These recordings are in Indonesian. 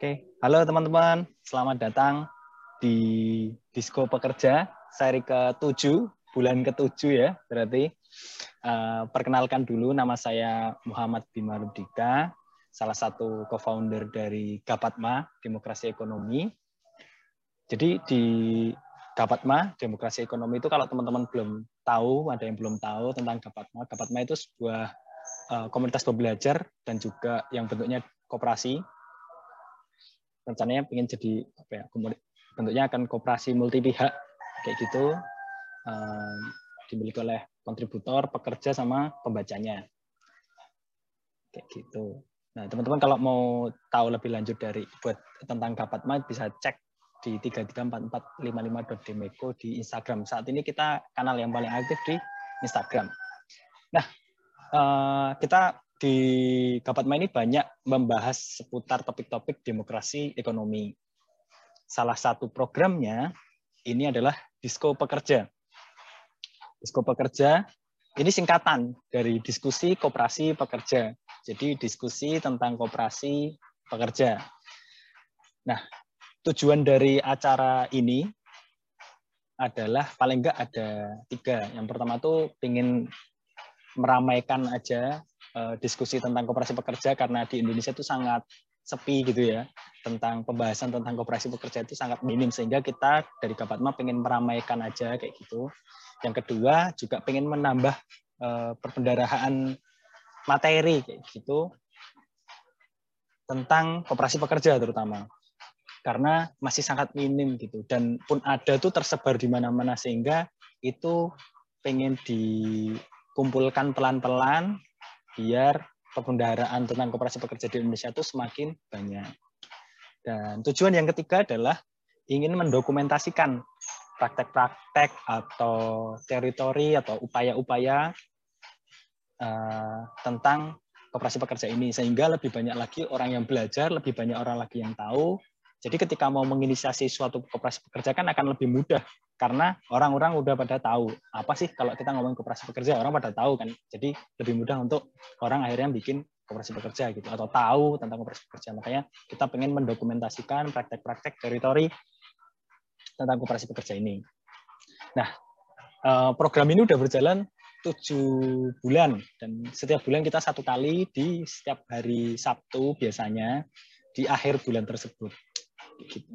Oke, halo teman-teman, selamat datang di Disko Pekerja, seri ke-7, bulan ke-7 ya, berarti. Perkenalkan dulu, nama saya Muhammad Bima Rudika, salah satu co-founder dari Gapatma, Demokrasi Ekonomi. Jadi di Gapatma, Demokrasi Ekonomi itu kalau teman-teman belum tahu, ada yang belum tahu tentang Gapatma, Gapatma itu sebuah komunitas pembelajar dan juga yang bentuknya koperasi. Rencananya pengen jadi apa ya, bentuknya akan koperasi multi pihak kayak gitu, dimiliki oleh kontributor, pekerja sama pembacanya kayak gitu. Nah teman-teman kalau mau tahu lebih lanjut tentang Gapatma bisa cek di 334455.demeko di Instagram. Saat ini kita kanal yang paling aktif di Instagram. Nah kita di Gapatma ini banyak membahas seputar topik-topik demokrasi ekonomi. Salah satu programnya ini adalah Disko Pekerja. Disko Pekerja ini singkatan dari diskusi koperasi pekerja. Jadi diskusi tentang koperasi pekerja. Nah, tujuan dari acara ini adalah paling enggak ada 3. Yang pertama tuh ingin meramaikan aja diskusi tentang koperasi pekerja karena di Indonesia itu sangat sepi gitu ya, tentang pembahasan tentang koperasi pekerja itu sangat minim, sehingga kita dari Gapatma pengen meramaikan aja kayak gitu. Yang kedua juga pengen menambah perbendaharaan materi kayak gitu tentang koperasi pekerja terutama karena masih sangat minim gitu, dan pun ada tuh tersebar di mana-mana sehingga itu pengen dikumpulkan pelan-pelan biar perbendaharaan tentang koperasi pekerja di Indonesia itu semakin banyak. Dan tujuan yang ketiga adalah ingin mendokumentasikan praktek-praktek atau teritori atau upaya-upaya tentang koperasi pekerja ini, sehingga lebih banyak lagi orang yang belajar, lebih banyak orang lagi yang tahu. Jadi ketika mau menginisiasi suatu koperasi pekerja kan akan lebih mudah karena orang-orang udah pada tahu apa sih kalau kita ngomong koperasi pekerja, orang pada tahu kan. Jadi lebih mudah untuk orang akhirnya bikin koperasi pekerja gitu atau tahu tentang koperasi pekerja. Makanya kita pengen mendokumentasikan praktek-praktek teritori tentang koperasi pekerja ini. Nah, program ini udah berjalan 7 bulan dan setiap bulan kita 1 kali di setiap hari Sabtu biasanya di akhir bulan tersebut. Gitu.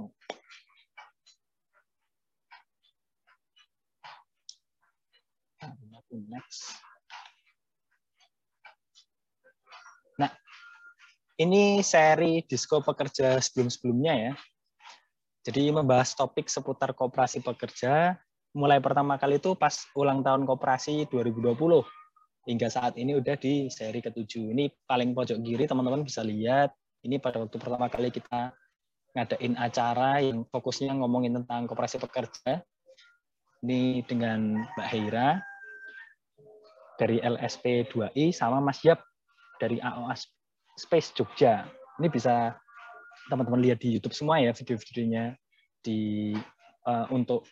Nah, ini seri Disko Pekerja sebelum-sebelumnya ya. Jadi membahas topik seputar koperasi pekerja. Mulai pertama kali itu pas ulang tahun koperasi 2020. Hingga saat ini udah di seri ke-7. Ini paling pojok kiri teman-teman bisa lihat. Ini pada waktu pertama kali kita ngadain acara yang fokusnya ngomongin tentang koperasi pekerja. Ini dengan Mbak Heira dari LSP 2I sama Mas Yap dari AOA Space Jogja. Ini bisa teman-teman lihat di YouTube semua ya video-videonya untuk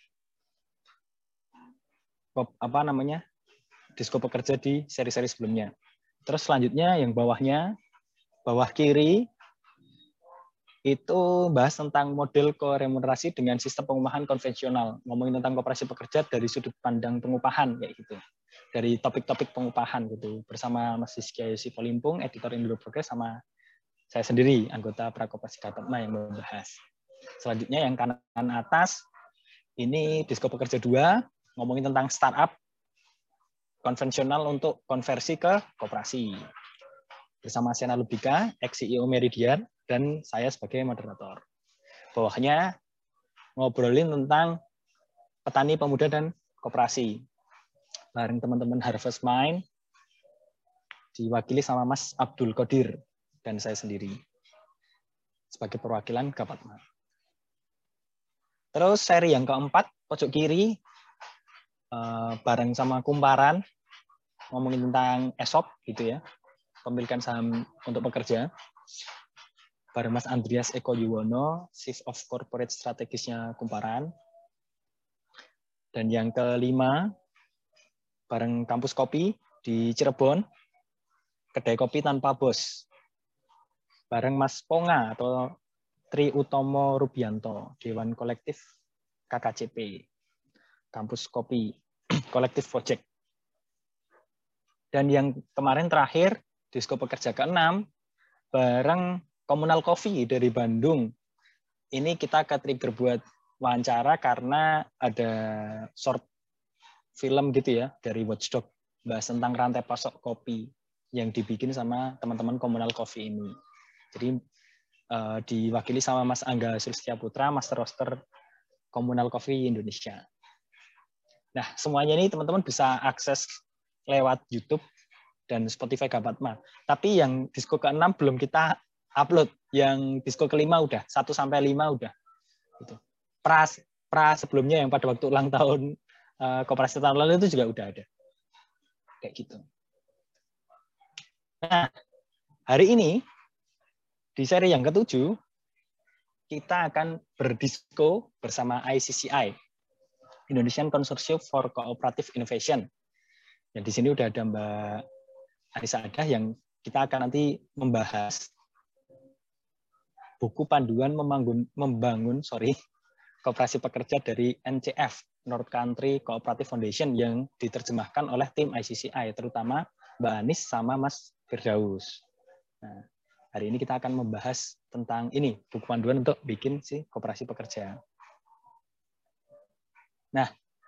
apa namanya Disko Pekerja di seri-seri sebelumnya. Terus selanjutnya yang bawah kiri itu bahas tentang model koremunerasi dengan sistem pengupahan konvensional. Ngomongin tentang koperasi pekerja dari sudut pandang pengupahan kayak gitu. Dari topik-topik pengupahan gitu. Bersama Mas Rizky Yosifo Limpung, editor Indo Progress, sama saya sendiri, anggota Prakoperasi Gapatma yang membahas. Selanjutnya yang kanan atas, ini Disko Pekerja 2, ngomongin tentang startup konvensional untuk konversi ke koperasi. Bersama Siana Lubika, ex-CEO Meridian, dan saya sebagai moderator. Bawahnya ngobrolin tentang petani pemuda dan koperasi. Bareng teman-teman Harvest Mind, diwakili sama Mas Abdul Qadir dan saya sendiri sebagai perwakilan Gapatma. Terus seri yang keempat, pojok kiri, bareng sama Kumparan, ngomongin tentang ESOP gitu ya, pemilikan saham untuk pekerja. Bareng Mas Andreas Eko Yuwono, Chief of Corporate Strategisnya Kumparan. Dan yang kelima, bareng Kampus Kopi di Cirebon, kedai kopi tanpa bos. Bareng Mas Ponga atau Tri Utomo Rubianto, Dewan Kolektif KKCP, Kampus Kopi, Kolektif Project. Dan yang kemarin terakhir, Disko Pekerja ke-6, bareng Komunal Coffee dari Bandung. Ini kita ke-trigger buat wawancara karena ada short film gitu ya, dari Watchdog, bahas tentang rantai pasok kopi yang dibikin sama teman-teman Komunal Coffee ini. Jadi diwakili sama Mas Angga Sulistya Putra, Master Roaster Komunal Coffee Indonesia. Nah, semuanya ini teman-teman bisa akses lewat YouTube dan Spotify Gapatma. Tapi yang disko ke-6 belum kita upload. Yang disko ke-5 udah, 1 sampai 5 udah. Gitu. Pra sebelumnya yang pada waktu ulang tahun Koperasi tahun lalu itu juga udah ada. Kayak gitu. Nah, hari ini di seri yang ke-7 kita akan berdisko bersama ICCI, Indonesian Consortium for Cooperative Innovation. Dan di sini udah ada Mbak Anissa Adah yang kita akan nanti membahas buku panduan membangun kooperasi pekerja dari NCF, North Country Cooperative Foundation, yang diterjemahkan oleh tim ICCI, terutama Mbak Anis sama Mas Firdaus. Nah, hari ini kita akan membahas tentang ini, buku panduan untuk bikin si kooperasi pekerja. Nah,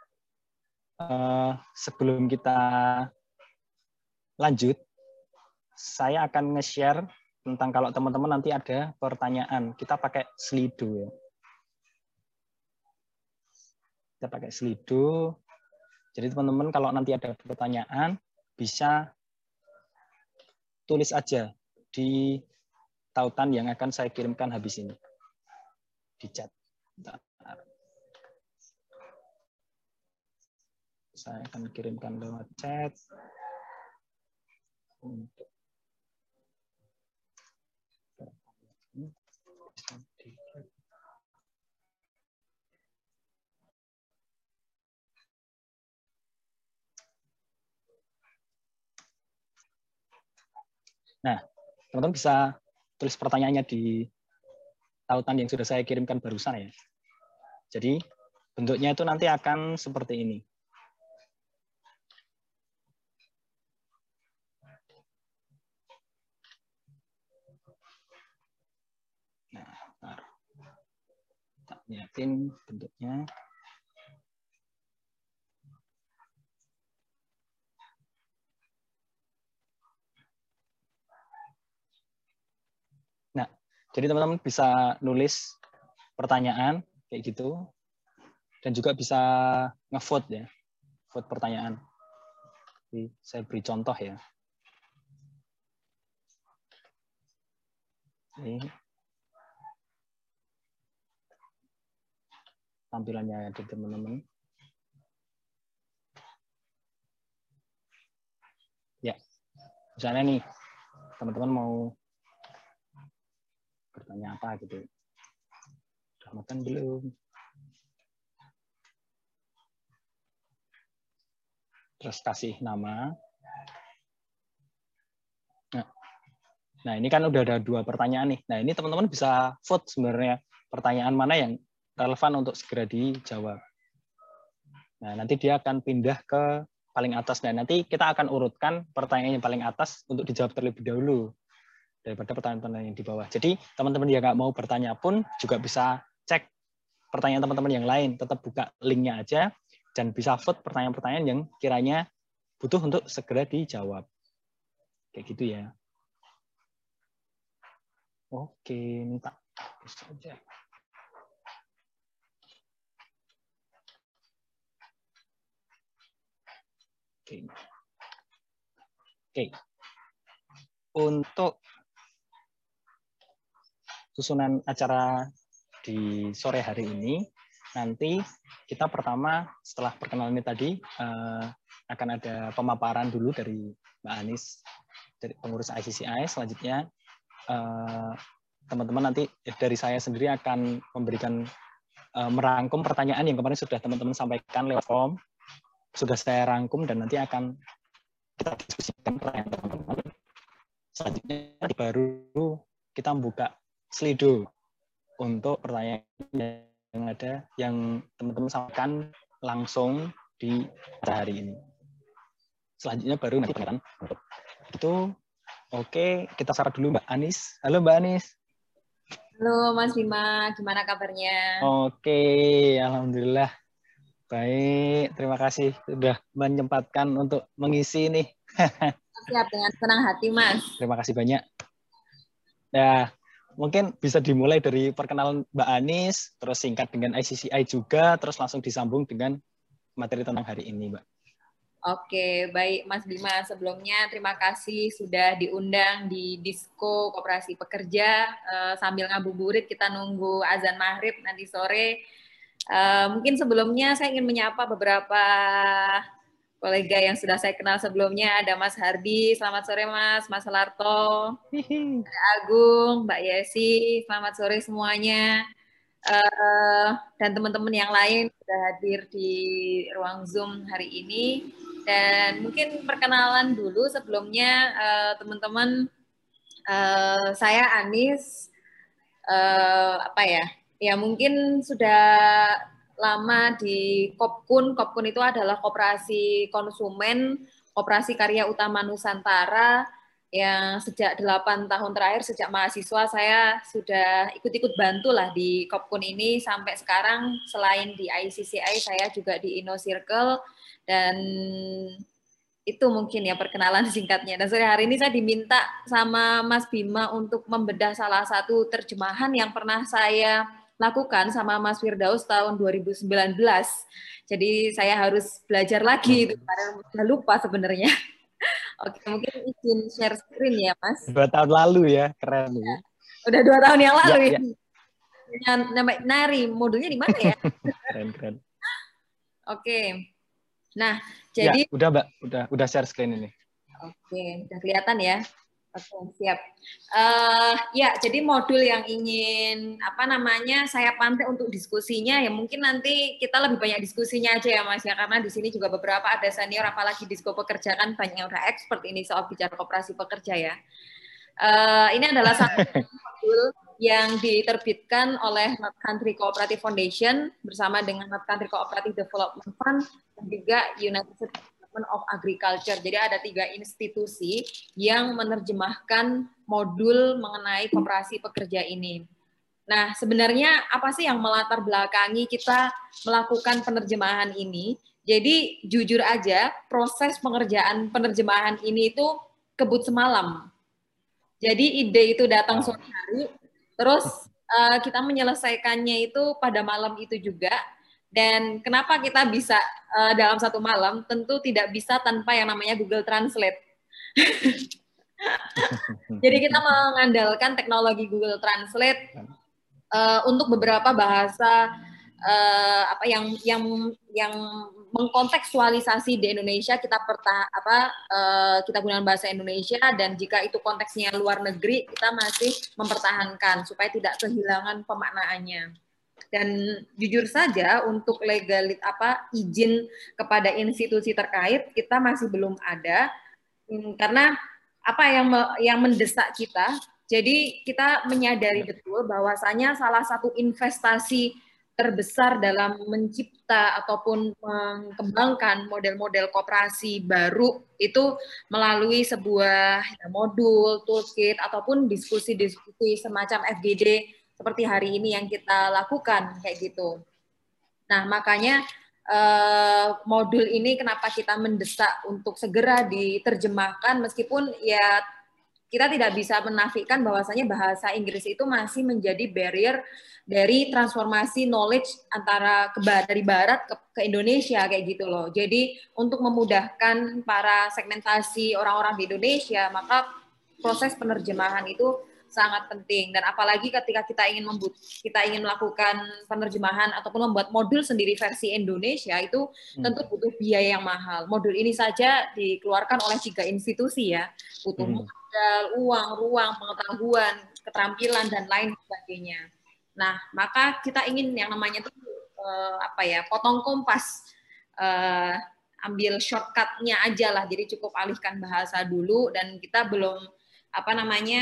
sebelum kita lanjut, saya akan nge-share tentang kalau teman-teman nanti ada pertanyaan, kita pakai Slido ya. Kita pakai Slido. Jadi teman-teman kalau nanti ada pertanyaan bisa tulis aja di tautan yang akan saya kirimkan habis ini. Di chat. Bentar. Saya akan kirimkan lewat chat. Nah, teman-teman bisa tulis pertanyaannya di tautan yang sudah saya kirimkan barusan ya. Jadi bentuknya itu nanti akan seperti ini. Nah, tak lihatin bentuknya. Nah, jadi teman-teman bisa nulis pertanyaan kayak gitu, dan juga bisa nge-vote ya, vote pertanyaan. Jadi saya beri contoh ya. Ini tampilannya di teman-teman. Ya, misalnya nih, teman-teman mau bertanya apa gitu. Sudah makan belum? Terus kasih nama. Nah, ini kan udah ada 2 pertanyaan nih. Nah, ini teman-teman bisa vote sebenarnya pertanyaan mana yang relevan untuk segera dijawab. Nah, nanti dia akan pindah ke paling atas. Nah, nanti kita akan urutkan pertanyaan yang paling atas untuk dijawab terlebih dahulu daripada pertanyaan-pertanyaan yang di bawah. Jadi, teman-teman yang nggak mau bertanya pun juga bisa cek pertanyaan teman-teman yang lain. Tetap buka linknya aja, dan bisa vote pertanyaan-pertanyaan yang kiranya butuh untuk segera dijawab. Kayak gitu ya. Oke, ini tak hapus saja. Oke. Untuk susunan acara di sore hari ini, nanti kita pertama setelah perkenalan ini tadi akan ada pemaparan dulu dari Mbak Anis, dari pengurus ICCI. Selanjutnya teman-teman nanti dari saya sendiri akan memberikan merangkum pertanyaan yang kemarin sudah teman-teman sampaikan lewat form. Sudah saya rangkum dan nanti akan kita diskusikan pertanyaan teman-teman. Selanjutnya baru kita membuka Slido. untuk pertanyaan yang ada yang teman-teman sampaikan langsung di hari ini. Selanjutnya baru nanti pengenalan untuk itu. Oke, kita sapa dulu Mbak Anis. Halo Mbak Anis. Halo Mas Bima, gimana kabarnya? Oke, alhamdulillah baik. Terima kasih sudah menyempatkan untuk mengisi nih. Siap, dengan senang hati Mas. Terima kasih banyak. Ya, mungkin bisa dimulai dari perkenalan Mbak Anis, terus singkat dengan ICCI juga, terus langsung disambung dengan materi tentang hari ini, Mbak. Oke, baik Mas Bima. Sebelumnya terima kasih sudah diundang di Disko Koperasi Pekerja. Sambil ngabuburit kita nunggu azan maghrib nanti sore. Mungkin sebelumnya saya ingin menyapa beberapa kolega yang sudah saya kenal sebelumnya. Ada Mas Hardi, selamat sore Mas. Mas Larto, ada Agung, Mbak Yesi, selamat sore semuanya. Dan teman-teman yang lain sudah hadir di ruang Zoom hari ini. Dan mungkin perkenalan dulu sebelumnya teman-teman, saya Anis, ya mungkin sudah lama di Kopkun. Kopkun itu adalah koperasi konsumen, koperasi karya utama Nusantara, yang sejak 8 tahun terakhir, sejak mahasiswa saya sudah ikut-ikut bantu lah di Kopkun ini sampai sekarang. Selain di ICCI, saya juga di InnoCircle, dan itu mungkin ya perkenalan singkatnya. Dan sore hari ini saya diminta sama Mas Bima untuk membedah salah satu terjemahan yang pernah saya lakukan sama Mas Firdaus tahun 2019. Jadi saya harus belajar lagi, itu karena udah lupa sebenarnya. Oke, mungkin izin share screen ya, Mas. 2 tahun lalu ya, keren nih. Udah 2 tahun yang lalu ya. Nama Nari, modulnya di mana ya? Keren. Oke. Nah, jadi ya, udah Mbak, udah share screen ini. Oke, udah kelihatan ya. Oke, siap. Ya, jadi modul yang ingin saya pantai untuk diskusinya ya mungkin nanti kita lebih banyak diskusinya aja ya Mas ya, karena di sini juga beberapa ada senior, apalagi Disko Pekerja kan banyak yang udah expert ini soal bicara koperasi pekerja ya. Ini adalah satu modul yang diterbitkan oleh North Country Cooperative Foundation bersama dengan North Country Cooperative Development Fund dan juga United States Department of Agriculture. Jadi ada 3 institusi yang menerjemahkan modul mengenai koperasi pekerja ini. Nah, sebenarnya apa sih yang melatar belakangi kita melakukan penerjemahan ini? Jadi jujur aja, proses pengerjaan penerjemahan ini itu kebut semalam. Jadi ide itu datang sore hari, terus kita menyelesaikannya itu pada malam itu juga. Dan kenapa kita bisa dalam 1 malam? Tentu tidak bisa tanpa yang namanya Google Translate. Jadi kita mengandalkan teknologi Google Translate untuk beberapa bahasa yang mengkontekstualisasi di Indonesia. Kita kita gunakan bahasa Indonesia, dan jika itu konteksnya luar negeri kita masih mempertahankan supaya tidak kehilangan pemaknaannya. Dan jujur saja untuk izin kepada institusi terkait kita masih belum ada, karena yang mendesak kita. Jadi kita menyadari betul bahwasanya salah satu investasi terbesar dalam mencipta ataupun mengembangkan model-model koperasi baru itu melalui sebuah modul, toolkit, ataupun diskusi-diskusi semacam FGD seperti hari ini yang kita lakukan kayak gitu. Nah, makanya modul ini kenapa kita mendesak untuk segera diterjemahkan, meskipun ya kita tidak bisa menafikan bahwasanya bahasa Inggris itu masih menjadi barrier dari transformasi knowledge dari barat ke Indonesia kayak gitu loh. Jadi untuk memudahkan para segmentasi orang-orang di Indonesia, maka proses penerjemahan itu sangat penting. Dan apalagi ketika kita ingin melakukan penerjemahan ataupun membuat modul sendiri versi Indonesia, itu tentu butuh biaya yang mahal. Modul ini saja dikeluarkan oleh 3 institusi ya, butuh modal, uang, ruang, pengetahuan, keterampilan, dan lain sebagainya. Nah, maka kita ingin yang namanya itu potong kompas, ambil shortcut-nya aja lah. Jadi cukup alihkan bahasa dulu, dan kita belum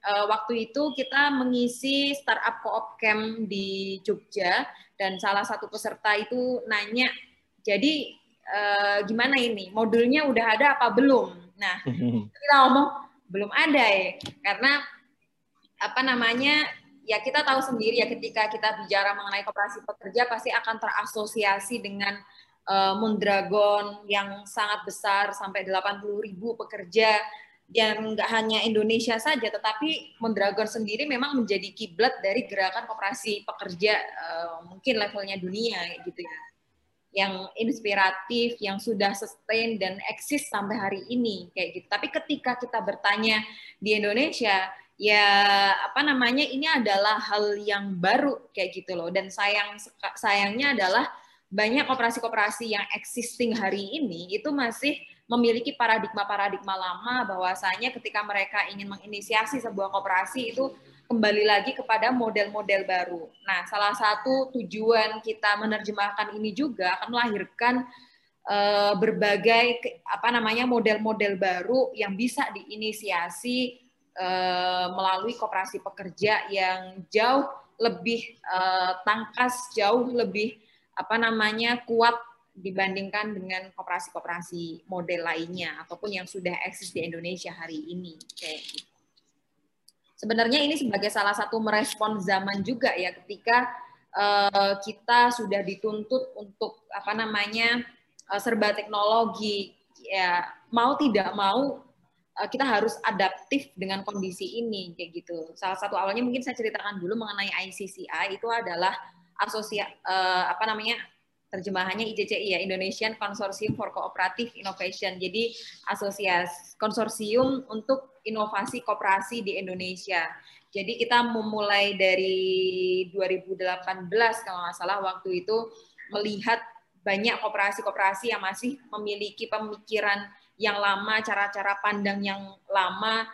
waktu itu kita mengisi startup co-op camp di Jogja, dan salah satu peserta itu nanya, jadi gimana ini, modulnya udah ada apa belum? Nah, kita ngomong belum ada ya, karena apa namanya, ya kita tahu sendiri ya, ketika kita bicara mengenai koperasi pekerja pasti akan terasosiasi dengan Mondragon yang sangat besar sampai 80.000 pekerja, yang nggak hanya Indonesia saja, tetapi Mondragon sendiri memang menjadi kiblat dari gerakan koperasi pekerja mungkin levelnya dunia gitu ya, yang inspiratif, yang sudah sustain dan eksis sampai hari ini kayak gitu. Tapi ketika kita bertanya di Indonesia, ya apa namanya, ini adalah hal yang baru kayak gitu loh. Dan sayangnya adalah banyak koperasi-koperasi yang existing hari ini itu masih memiliki paradigma-paradigma lama, bahwasanya ketika mereka ingin menginisiasi sebuah koperasi itu kembali lagi kepada model-model baru. Nah, salah satu tujuan kita menerjemahkan ini juga akan melahirkan berbagai apa namanya model-model baru yang bisa diinisiasi melalui koperasi pekerja yang jauh lebih tangkas, jauh lebih apa namanya kuat dibandingkan dengan koperasi-koperasi model lainnya ataupun yang sudah eksis di Indonesia hari ini kayak gitu. Sebenarnya ini sebagai salah satu merespon zaman juga ya, ketika kita sudah dituntut untuk apa namanya serba teknologi, ya mau tidak mau kita harus adaptif dengan kondisi ini kayak gitu. Salah satu awalnya mungkin saya ceritakan dulu mengenai ICCI, itu adalah apa namanya, terjemahannya ICCI ya, Indonesian Consortium for Cooperative Innovation. Jadi asosiasi konsorsium untuk inovasi koperasi di Indonesia. Jadi kita memulai dari 2018 kalau nggak salah waktu itu, melihat banyak koperasi-koperasi yang masih memiliki pemikiran yang lama, cara-cara pandang yang lama,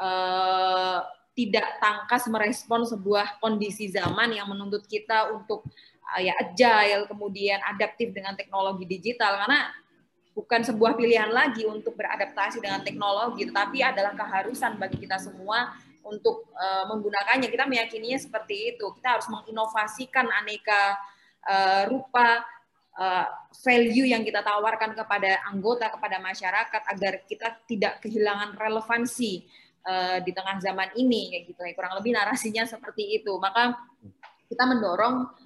tidak tangkas merespon sebuah kondisi zaman yang menuntut kita untuk ya agile, kemudian adaptif dengan teknologi digital, karena bukan sebuah pilihan lagi untuk beradaptasi dengan teknologi, tetapi adalah keharusan bagi kita semua untuk menggunakannya. Kita meyakininya seperti itu. Kita harus menginovasikan aneka rupa value yang kita tawarkan kepada anggota, kepada masyarakat, agar kita tidak kehilangan relevansi di tengah zaman ini, kayak gitu. Kurang lebih narasinya seperti itu. Maka kita mendorong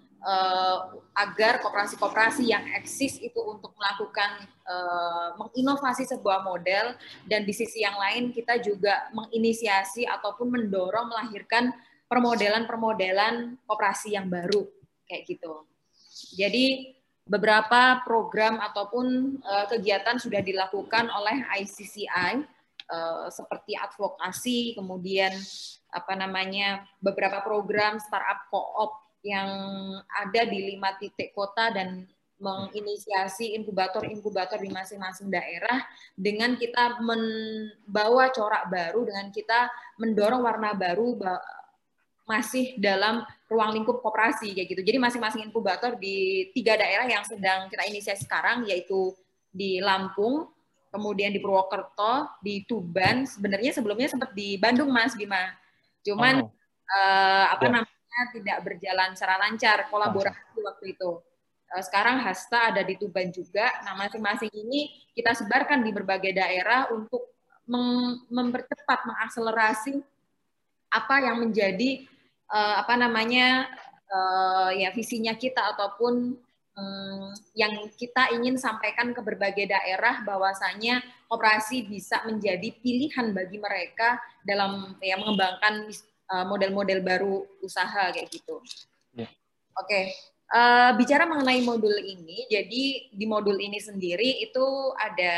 agar koperasi-koperasi yang eksis itu untuk melakukan menginovasi sebuah model, dan di sisi yang lain kita juga menginisiasi ataupun mendorong melahirkan permodelan-permodelan koperasi yang baru kayak gitu. Jadi beberapa program ataupun kegiatan sudah dilakukan oleh ICCI seperti advokasi, kemudian apa namanya beberapa program startup co-op yang ada di 5 titik kota dan menginisiasi inkubator-inkubator di masing-masing daerah, dengan kita membawa corak baru, dengan kita mendorong warna baru masih dalam ruang lingkup koperasi kayak gitu. Jadi masing-masing inkubator di 3 daerah yang sedang kita inisiasi sekarang, yaitu di Lampung, kemudian di Purwokerto, di Tuban. Sebenarnya sebelumnya sempat di Bandung, Mas Bima. Cuman apa namanya tidak berjalan secara lancar kolaborasi waktu itu. Sekarang Hasta ada di Tuban juga. Nah, masing-masing ini kita sebarkan di berbagai daerah untuk mempercepat, mengakselerasi apa yang menjadi apa namanya ya visinya kita, ataupun yang kita ingin sampaikan ke berbagai daerah, bahwasanya koperasi bisa menjadi pilihan bagi mereka dalam ya mengembangkan model-model baru usaha kayak gitu. Yeah. Oke, bicara mengenai modul ini, jadi di modul ini sendiri itu ada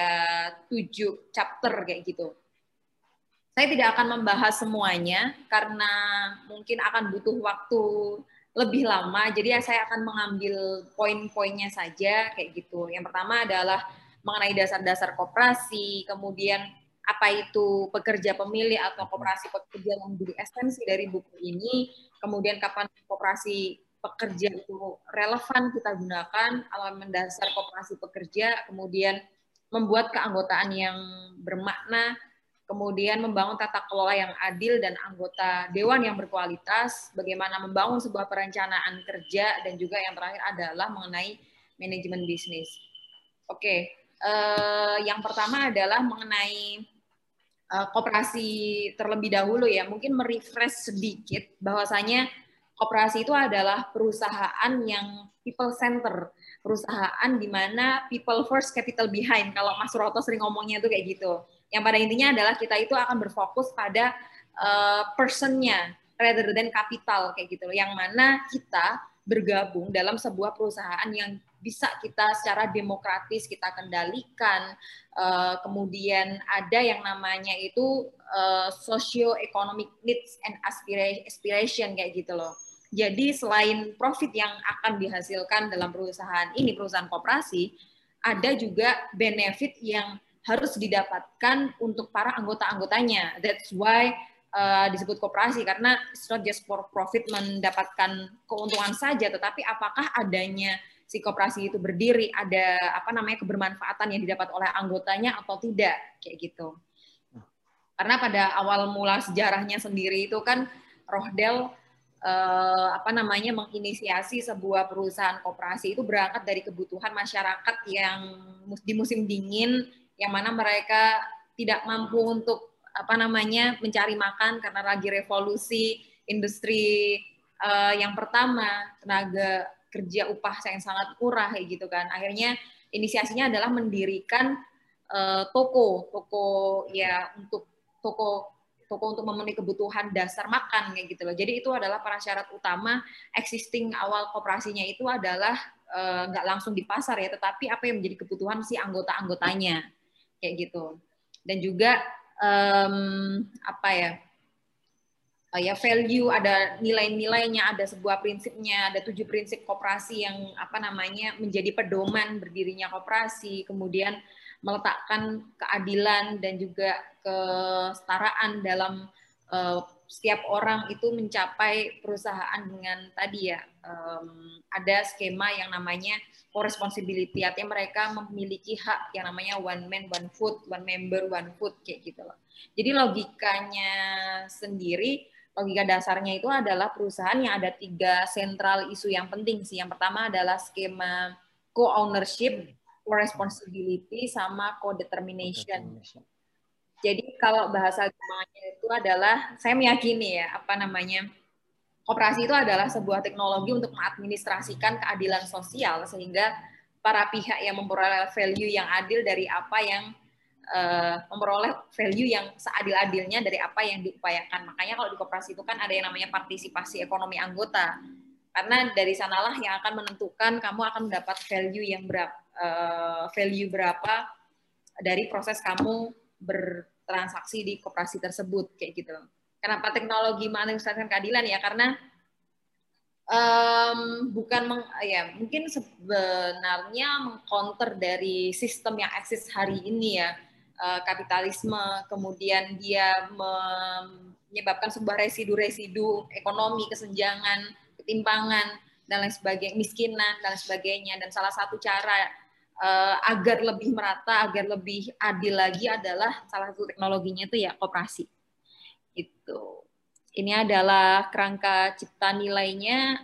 7 chapter kayak gitu. Saya tidak akan membahas semuanya karena mungkin akan butuh waktu lebih lama, jadi saya akan mengambil poin-poinnya saja kayak gitu. Yang pertama adalah mengenai dasar-dasar koperasi, kemudian apa itu pekerja pemilik atau koperasi pekerja yang menjadi esensi dari buku ini, kemudian kapan koperasi pekerja itu relevan kita gunakan, elemen dasar koperasi pekerja, kemudian membuat keanggotaan yang bermakna, kemudian membangun tata kelola yang adil dan anggota dewan yang berkualitas, bagaimana membangun sebuah perencanaan kerja, dan juga yang terakhir adalah mengenai manajemen bisnis. Oke, yang pertama adalah mengenai koperasi terlebih dahulu ya, mungkin merefresh sedikit bahwasanya koperasi itu adalah perusahaan yang people center, perusahaan di mana people first, capital behind. Kalau Mas Roto sering ngomongnya itu kayak gitu. Yang pada intinya adalah kita itu akan berfokus pada person-nya rather than capital kayak gitu loh. Yang mana kita bergabung dalam sebuah perusahaan yang bisa kita secara demokratis kita kendalikan. Kemudian ada yang namanya itu socio-economic needs and aspiration kayak gitu loh. Jadi selain profit yang akan dihasilkan dalam perusahaan ini, perusahaan koperasi, ada juga benefit yang harus didapatkan untuk para anggota-anggotanya. That's why disebut koperasi, karena it's not just for profit mendapatkan keuntungan saja, tetapi apakah adanya si koperasi itu berdiri, ada apa namanya kebermanfaatan yang didapat oleh anggotanya atau tidak, kayak gitu. Karena pada awal mula sejarahnya sendiri itu kan Rohdel menginisiasi sebuah perusahaan koperasi itu berangkat dari kebutuhan masyarakat yang di musim dingin, yang mana mereka tidak mampu untuk mencari makan karena lagi revolusi industri yang pertama, tenaga kerja upah yang sangat murah kayak gitu kan. Akhirnya inisiasinya adalah mendirikan toko ya untuk toko untuk memenuhi kebutuhan dasar makan kayak gitu loh. Jadi itu adalah prasyarat utama existing awal koperasinya itu adalah nggak langsung di pasar ya, tetapi apa yang menjadi kebutuhan si anggota-anggotanya kayak gitu. Dan juga value, ada nilai-nilainya, ada sebuah prinsipnya, ada 7 prinsip koperasi yang menjadi pedoman berdirinya koperasi, kemudian meletakkan keadilan dan juga kesetaraan dalam setiap orang itu mencapai perusahaan dengan tadi ya, ada skema yang namanya co-responsibility, artinya mereka memiliki hak yang namanya one man, one food, one member, one food, kayak gitu loh. Jadi logikanya sendiri, logika dasarnya itu adalah perusahaan yang ada 3 sentral isu yang penting sih. Yang pertama adalah skema co-ownership, co-responsibility, sama co-determination. Jadi kalau bahasa gampangnya itu adalah, saya meyakini ya, koperasi itu adalah sebuah teknologi untuk mengadministrasikan keadilan sosial, sehingga para pihak yang memperoleh value yang adil dari apa yang memperoleh value yang seadil-adilnya dari apa yang diupayakan. Makanya kalau di koperasi itu kan ada yang namanya partisipasi ekonomi anggota. Karena dari sanalah yang akan menentukan kamu akan mendapat value yang berapa dari proses kamu bertransaksi di koperasi tersebut kayak gitu. Kenapa teknologi mengadministrasikan keadilan ya? Karena mungkin sebenarnya mengcounter dari sistem yang eksis hari ini ya, kapitalisme, kemudian dia menyebabkan sebuah residu-residu ekonomi, kesenjangan, ketimpangan, dan lain sebagainya, miskinan, dan sebagainya. Dan salah satu cara agar lebih merata, agar lebih adil lagi adalah salah satu teknologinya itu ya koperasi. Itu. Ini adalah kerangka cipta nilainya,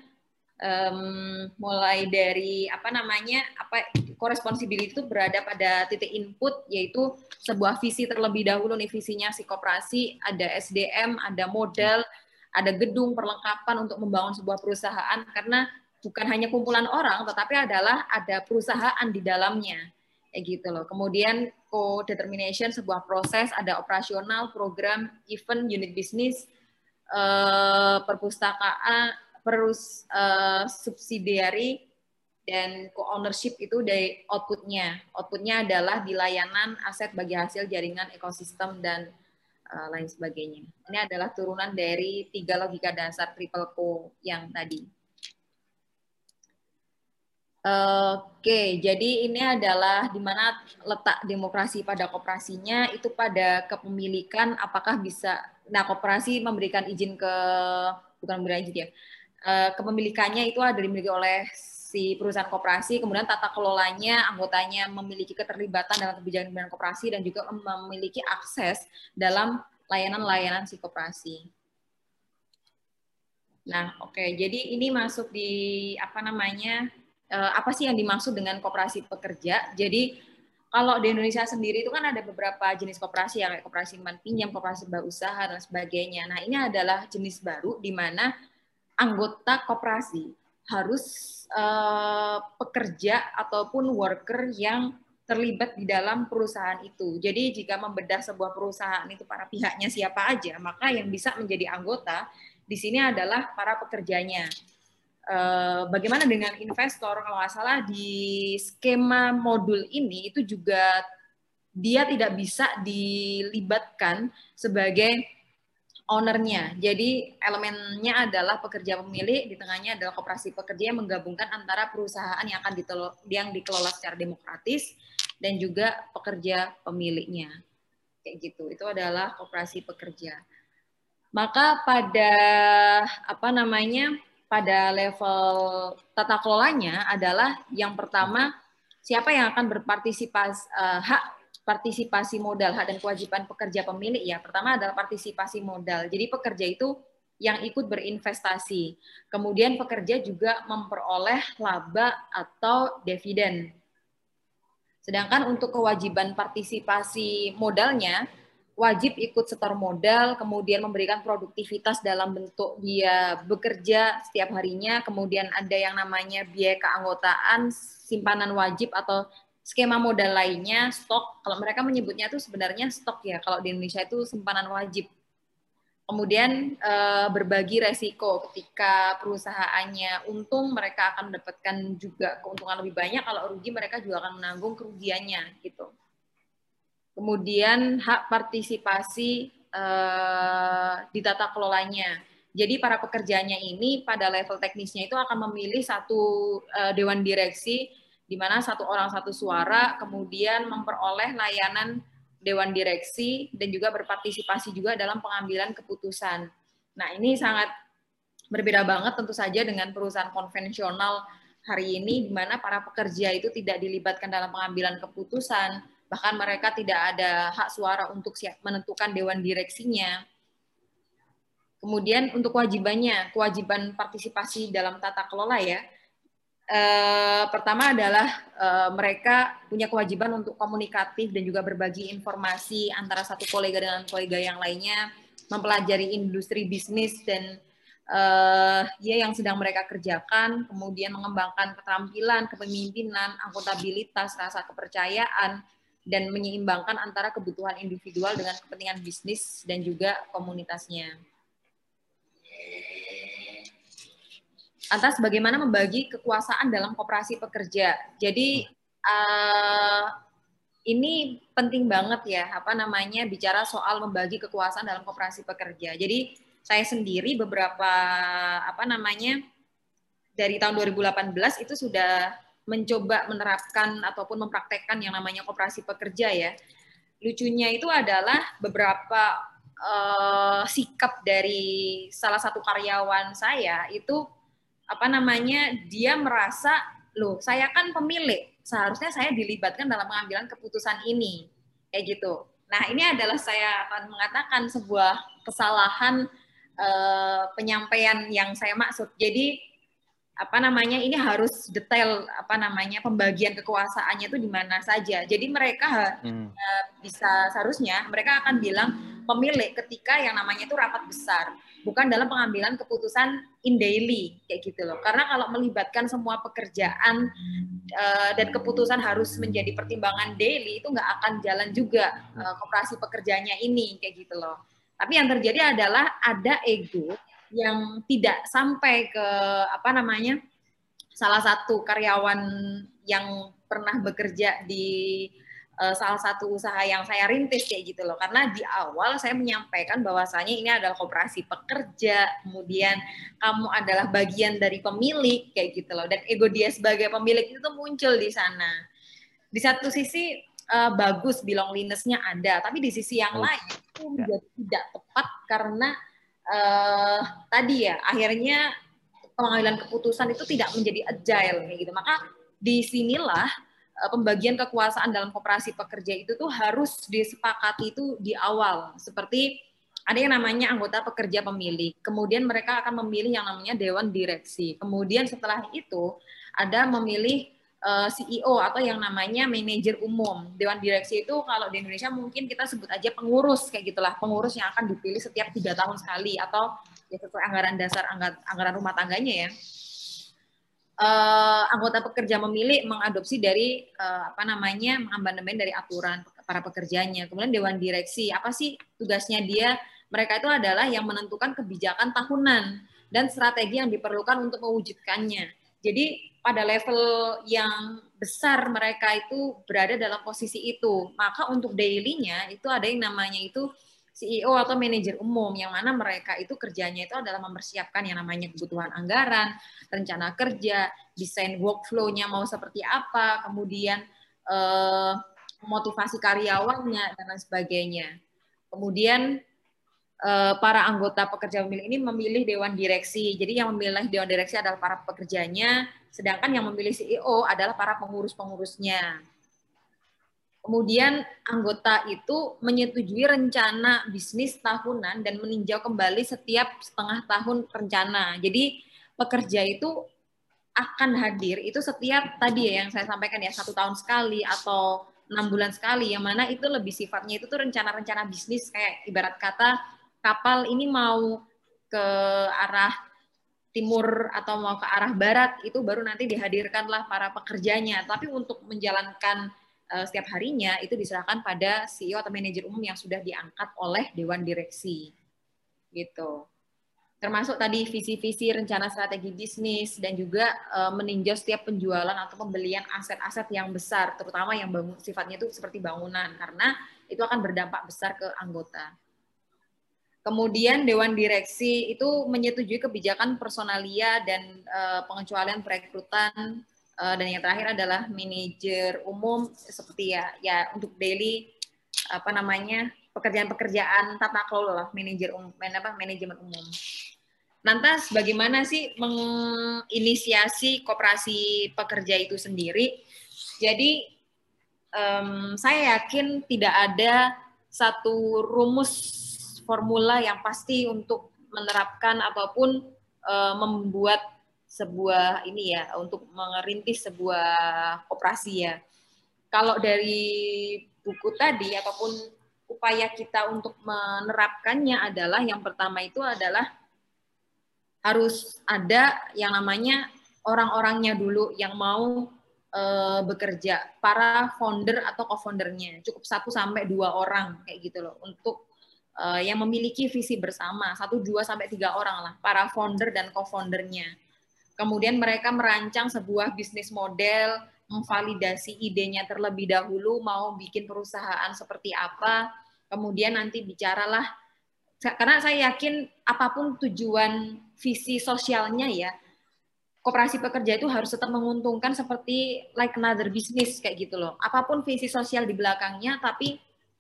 mulai dari co-responsibility itu berada pada titik input, yaitu sebuah visi terlebih dahulu nih, visinya si koperasi, ada SDM, ada modal, ada gedung, perlengkapan untuk membangun sebuah perusahaan, karena bukan hanya kumpulan orang, tetapi adalah ada perusahaan di dalamnya, kayak gitu loh. Kemudian co-determination, sebuah proses, ada operasional, program, event, unit bisnis, perpustakaan, subsidiary, dan co-ownership itu dari outputnya. Outputnya adalah di layanan, aset bagi hasil, jaringan, ekosistem, dan lain sebagainya. Ini adalah turunan dari 3 logika dasar triple co yang tadi. Oke, jadi ini adalah di mana letak demokrasi pada koperasinya, itu pada kepemilikan, apakah bisa, nah koperasi memberikan izin bukan memberikan izin ya, kepemilikannya itu ada dimiliki oleh si perusahaan koperasi, kemudian tata kelolanya, anggotanya memiliki keterlibatan dalam kebijakan koperasi dan juga memiliki akses dalam layanan-layanan si koperasi. Nah, oke. Jadi ini masuk di apa namanya? Apa sih yang dimaksud dengan koperasi pekerja? Jadi kalau di Indonesia sendiri itu kan ada beberapa jenis koperasi ya, kayak koperasi simpan pinjam, koperasi berusaha dan sebagainya. Nah, ini adalah jenis baru di mana anggota koperasi harus pekerja ataupun worker yang terlibat di dalam perusahaan itu. Jadi jika membedah sebuah perusahaan itu para pihaknya siapa aja, maka yang bisa menjadi anggota di sini adalah para pekerjanya. Bagaimana dengan investor? Kalau nggak salah di skema modul ini itu juga dia tidak bisa dilibatkan sebagai ownernya. Jadi elemennya adalah pekerja pemilik, di tengahnya adalah koperasi pekerja yang menggabungkan antara perusahaan yang akan dikelola secara demokratis dan juga pekerja pemiliknya. Kayak gitu. Itu adalah koperasi pekerja. Maka pada pada level tata kelolanya adalah yang pertama siapa yang akan berpartisipasi hak partisipasi modal, hak dan kewajiban pekerja pemilik ya. Pertama adalah partisipasi modal. Jadi pekerja itu yang ikut berinvestasi. Kemudian pekerja juga memperoleh laba atau dividen. Sedangkan untuk kewajiban partisipasi modalnya wajib ikut setor modal, kemudian memberikan produktivitas dalam bentuk dia bekerja setiap harinya, kemudian ada yang namanya biaya keanggotaan, simpanan wajib atau skema modal lainnya, stok. Kalau mereka menyebutnya itu sebenarnya stok ya, kalau di Indonesia itu simpanan wajib. Kemudian berbagi resiko, ketika perusahaannya untung mereka akan mendapatkan juga keuntungan lebih banyak, kalau rugi mereka juga akan menanggung kerugiannya gitu. Kemudian hak partisipasi di tata kelolanya. Jadi para pekerjanya ini pada level teknisnya itu akan memilih satu dewan direksi di mana satu orang satu suara, kemudian memperoleh layanan dewan direksi dan juga berpartisipasi juga dalam pengambilan keputusan. Nah, ini sangat berbeda banget tentu saja dengan perusahaan konvensional hari ini di mana para pekerja itu tidak dilibatkan dalam pengambilan keputusan, bahkan mereka tidak ada hak suara untuk menentukan dewan direksinya. Kemudian untuk kewajibannya, kewajiban partisipasi dalam tata kelola ya. Pertama adalah mereka punya kewajiban untuk komunikatif dan juga berbagi informasi antara satu kolega dengan kolega yang lainnya, mempelajari industri bisnis dan yang sedang mereka kerjakan, kemudian mengembangkan keterampilan, kepemimpinan, akuntabilitas, rasa kepercayaan, dan menyeimbangkan antara kebutuhan individual dengan kepentingan bisnis dan juga komunitasnya. Atas bagaimana membagi kekuasaan dalam koperasi pekerja. Jadi ini penting banget ya, bicara soal membagi kekuasaan dalam koperasi pekerja. Jadi saya sendiri beberapa dari tahun 2018 itu sudah mencoba menerapkan ataupun mempraktekkan yang namanya koperasi pekerja ya. Lucunya itu adalah beberapa sikap dari salah satu karyawan saya itu dia merasa loh saya kan pemilik, seharusnya saya dilibatkan dalam pengambilan keputusan ini kayak gitu. Nah ini adalah saya akan mengatakan sebuah kesalahan penyampaian yang saya maksud. Jadi ini harus detail pembagian kekuasaannya itu di mana saja. Jadi mereka bisa seharusnya mereka akan bilang pemilik ketika yang namanya itu rapat besar, bukan dalam pengambilan keputusan in daily kayak gitu loh. Karena kalau melibatkan semua pekerjaan dan keputusan harus menjadi pertimbangan daily itu nggak akan jalan juga koperasi pekerjanya ini kayak gitu loh. Tapi yang terjadi adalah ada ego yang tidak sampai ke salah satu karyawan yang pernah bekerja di salah satu usaha yang saya rintis kayak gitu loh. Karena di awal saya menyampaikan bahwasanya ini adalah koperasi pekerja, kemudian kamu adalah bagian dari pemilik kayak gitu loh. Dan ego dia sebagai pemilik itu muncul di sana. Di satu sisi bagus belongingness-nya ada, tapi di sisi yang lain itu menjadi tidak tepat karena tadi ya akhirnya pengambilan keputusan itu tidak menjadi agile kayak gitu. Maka disinilah pembagian kekuasaan dalam koperasi pekerja itu tuh harus disepakati itu di awal. Seperti ada yang namanya anggota pekerja pemilih, kemudian mereka akan memilih yang namanya dewan direksi. Kemudian setelah itu ada memilih CEO atau yang namanya manajer umum. Dewan direksi itu kalau di Indonesia mungkin kita sebut aja pengurus kayak gitulah, pengurus yang akan dipilih setiap 3 tahun sekali atau ya sesuai anggaran dasar anggaran rumah tangganya ya. Anggota pekerja memilih mengadopsi dari mengamandemen dari aturan para pekerjanya. Kemudian dewan direksi, apa sih tugasnya dia? Mereka itu adalah yang menentukan kebijakan tahunan dan strategi yang diperlukan untuk mewujudkannya. Jadi pada level yang besar mereka itu berada dalam posisi itu. Maka untuk daily-nya itu ada yang namanya itu CEO atau manajer umum, yang mana mereka itu kerjanya itu adalah mempersiapkan yang namanya kebutuhan anggaran, rencana kerja, desain workflow-nya mau seperti apa, kemudian motivasi karyawannya, dan lain sebagainya. Kemudian para anggota pekerja pemilih ini memilih dewan direksi. Jadi yang memilih dewan direksi adalah para pekerjanya, sedangkan yang memilih CEO adalah para pengurus-pengurusnya. Kemudian anggota itu menyetujui rencana bisnis tahunan dan meninjau kembali setiap setengah tahun rencana. Jadi pekerja itu akan hadir itu setiap tadi ya yang saya sampaikan ya 1 tahun sekali atau 6 bulan sekali, yang mana itu lebih sifatnya itu tuh rencana-rencana bisnis, kayak ibarat kata kapal ini mau ke arah timur atau mau ke arah barat, itu baru nanti dihadirkanlah para pekerjanya. Tapi untuk menjalankan setiap harinya itu diserahkan pada CEO atau manajer umum yang sudah diangkat oleh dewan direksi. Gitu. Termasuk tadi visi-visi, rencana strategi bisnis, dan juga meninjau setiap penjualan atau pembelian aset-aset yang besar, terutama yang sifatnya itu seperti bangunan, karena itu akan berdampak besar ke anggota. Kemudian Dewan Direksi itu menyetujui kebijakan personalia dan pengecualian perekrutan, dan yang terakhir adalah manajer umum seperti ya untuk daily pekerjaan-pekerjaan tata kelola manajemen umum. Lantas bagaimana sih menginisiasi koperasi pekerja itu sendiri? Jadi saya yakin tidak ada satu rumus formula yang pasti untuk menerapkan ataupun membuat sebuah untuk merintis sebuah koperasi ya. Kalau dari buku tadi ataupun upaya kita untuk menerapkannya adalah yang pertama itu adalah harus ada yang namanya orang-orangnya dulu yang mau bekerja, para founder atau co-foundernya, cukup 1-2 orang kayak gitu loh, untuk yang memiliki visi bersama, 1-2-3 orang lah, para founder dan co-foundernya. Kemudian mereka merancang sebuah bisnis model, memvalidasi idenya terlebih dahulu, mau bikin perusahaan seperti apa, kemudian nanti bicaralah, karena saya yakin apapun tujuan visi sosialnya ya, koperasi pekerja itu harus tetap menguntungkan seperti like another business kayak gitu loh. Apapun visi sosial di belakangnya, tapi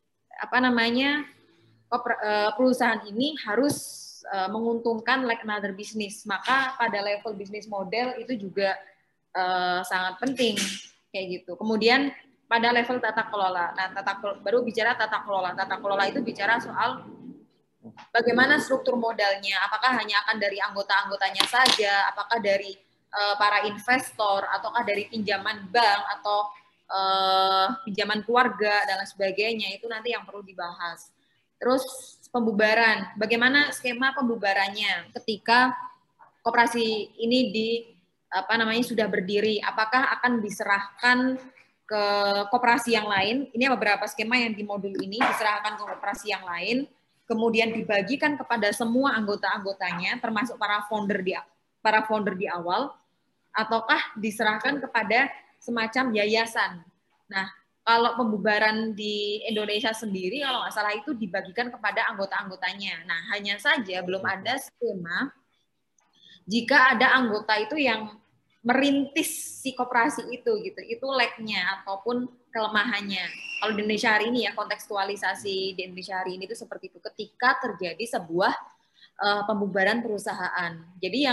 perusahaan ini harus menguntungkan like another business. Maka pada level bisnis model itu juga sangat penting kayak gitu. Kemudian pada level tata kelola. Nah, baru bicara tata kelola. Tata kelola itu bicara soal bagaimana struktur modalnya. Apakah hanya akan dari anggota-anggotanya saja, apakah dari para investor, ataukah dari pinjaman bank atau pinjaman keluarga dan lain sebagainya. Itu nanti yang perlu dibahas. Terus pembubaran, bagaimana skema pembubarannya ketika koperasi ini sudah berdiri, apakah akan diserahkan ke koperasi yang lain? Ini beberapa skema yang di modul ini, diserahkan ke koperasi yang lain, kemudian dibagikan kepada semua anggota-anggotanya, termasuk para founder di awal, ataukah diserahkan kepada semacam yayasan. Nah, kalau pembubaran di Indonesia sendiri, kalau nggak salah itu dibagikan kepada anggota-anggotanya. Nah, hanya saja belum ada skema jika ada anggota itu yang merintis si koperasi itu, gitu. Itu lag-nya ataupun kelemahannya. Kalau di Indonesia hari ini ya, kontekstualisasi di Indonesia hari ini itu seperti itu. Ketika terjadi sebuah pembubaran perusahaan. Jadi yang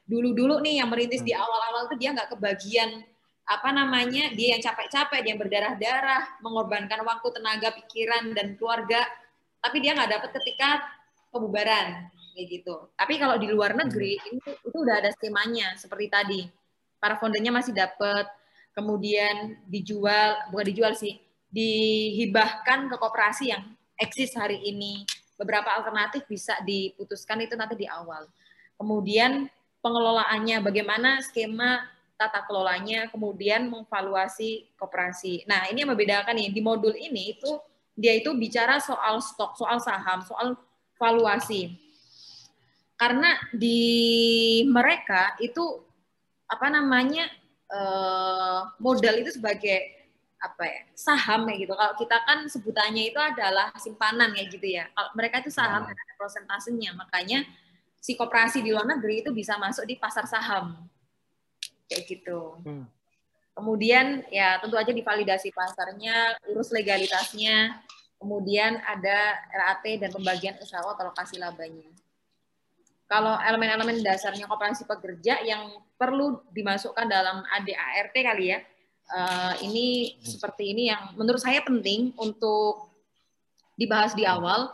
dulu-dulu nih yang merintis di awal-awal tuh dia nggak kebagian apa namanya, dia yang capek-capek, dia yang berdarah-darah, mengorbankan waktu, tenaga, pikiran, dan keluarga, tapi dia nggak dapat ketika pembubaran, kayak gitu. Tapi kalau di luar negeri, itu udah ada skemanya, seperti tadi. Para foundernya masih dapat, kemudian dijual, bukan dijual sih, dihibahkan ke koperasi yang eksis hari ini. Beberapa alternatif bisa diputuskan itu nanti di awal. Kemudian pengelolaannya, bagaimana skema tata kelolanya, kemudian mengevaluasi koperasi. Nah, ini yang membedakan nih, di modul ini itu dia itu bicara soal stok, soal saham, soal valuasi. Karena di mereka itu apa namanya modal itu sebagai apa ya, saham kayak gitu. Kalau kita kan sebutannya itu adalah simpanan kayak gitu ya. Kalau mereka itu saham dan ada prosentasenya, makanya si koperasi di luar negeri itu bisa masuk di pasar saham kayak gitu. Kemudian ya tentu aja divalidasi pasarnya, urus legalitasnya, kemudian ada RAT dan pembagian usaha atau alokasi labanya. Kalau elemen-elemen dasarnya koperasi pekerja yang perlu dimasukkan dalam ADART kali ya, ini seperti ini yang menurut saya penting untuk dibahas di awal.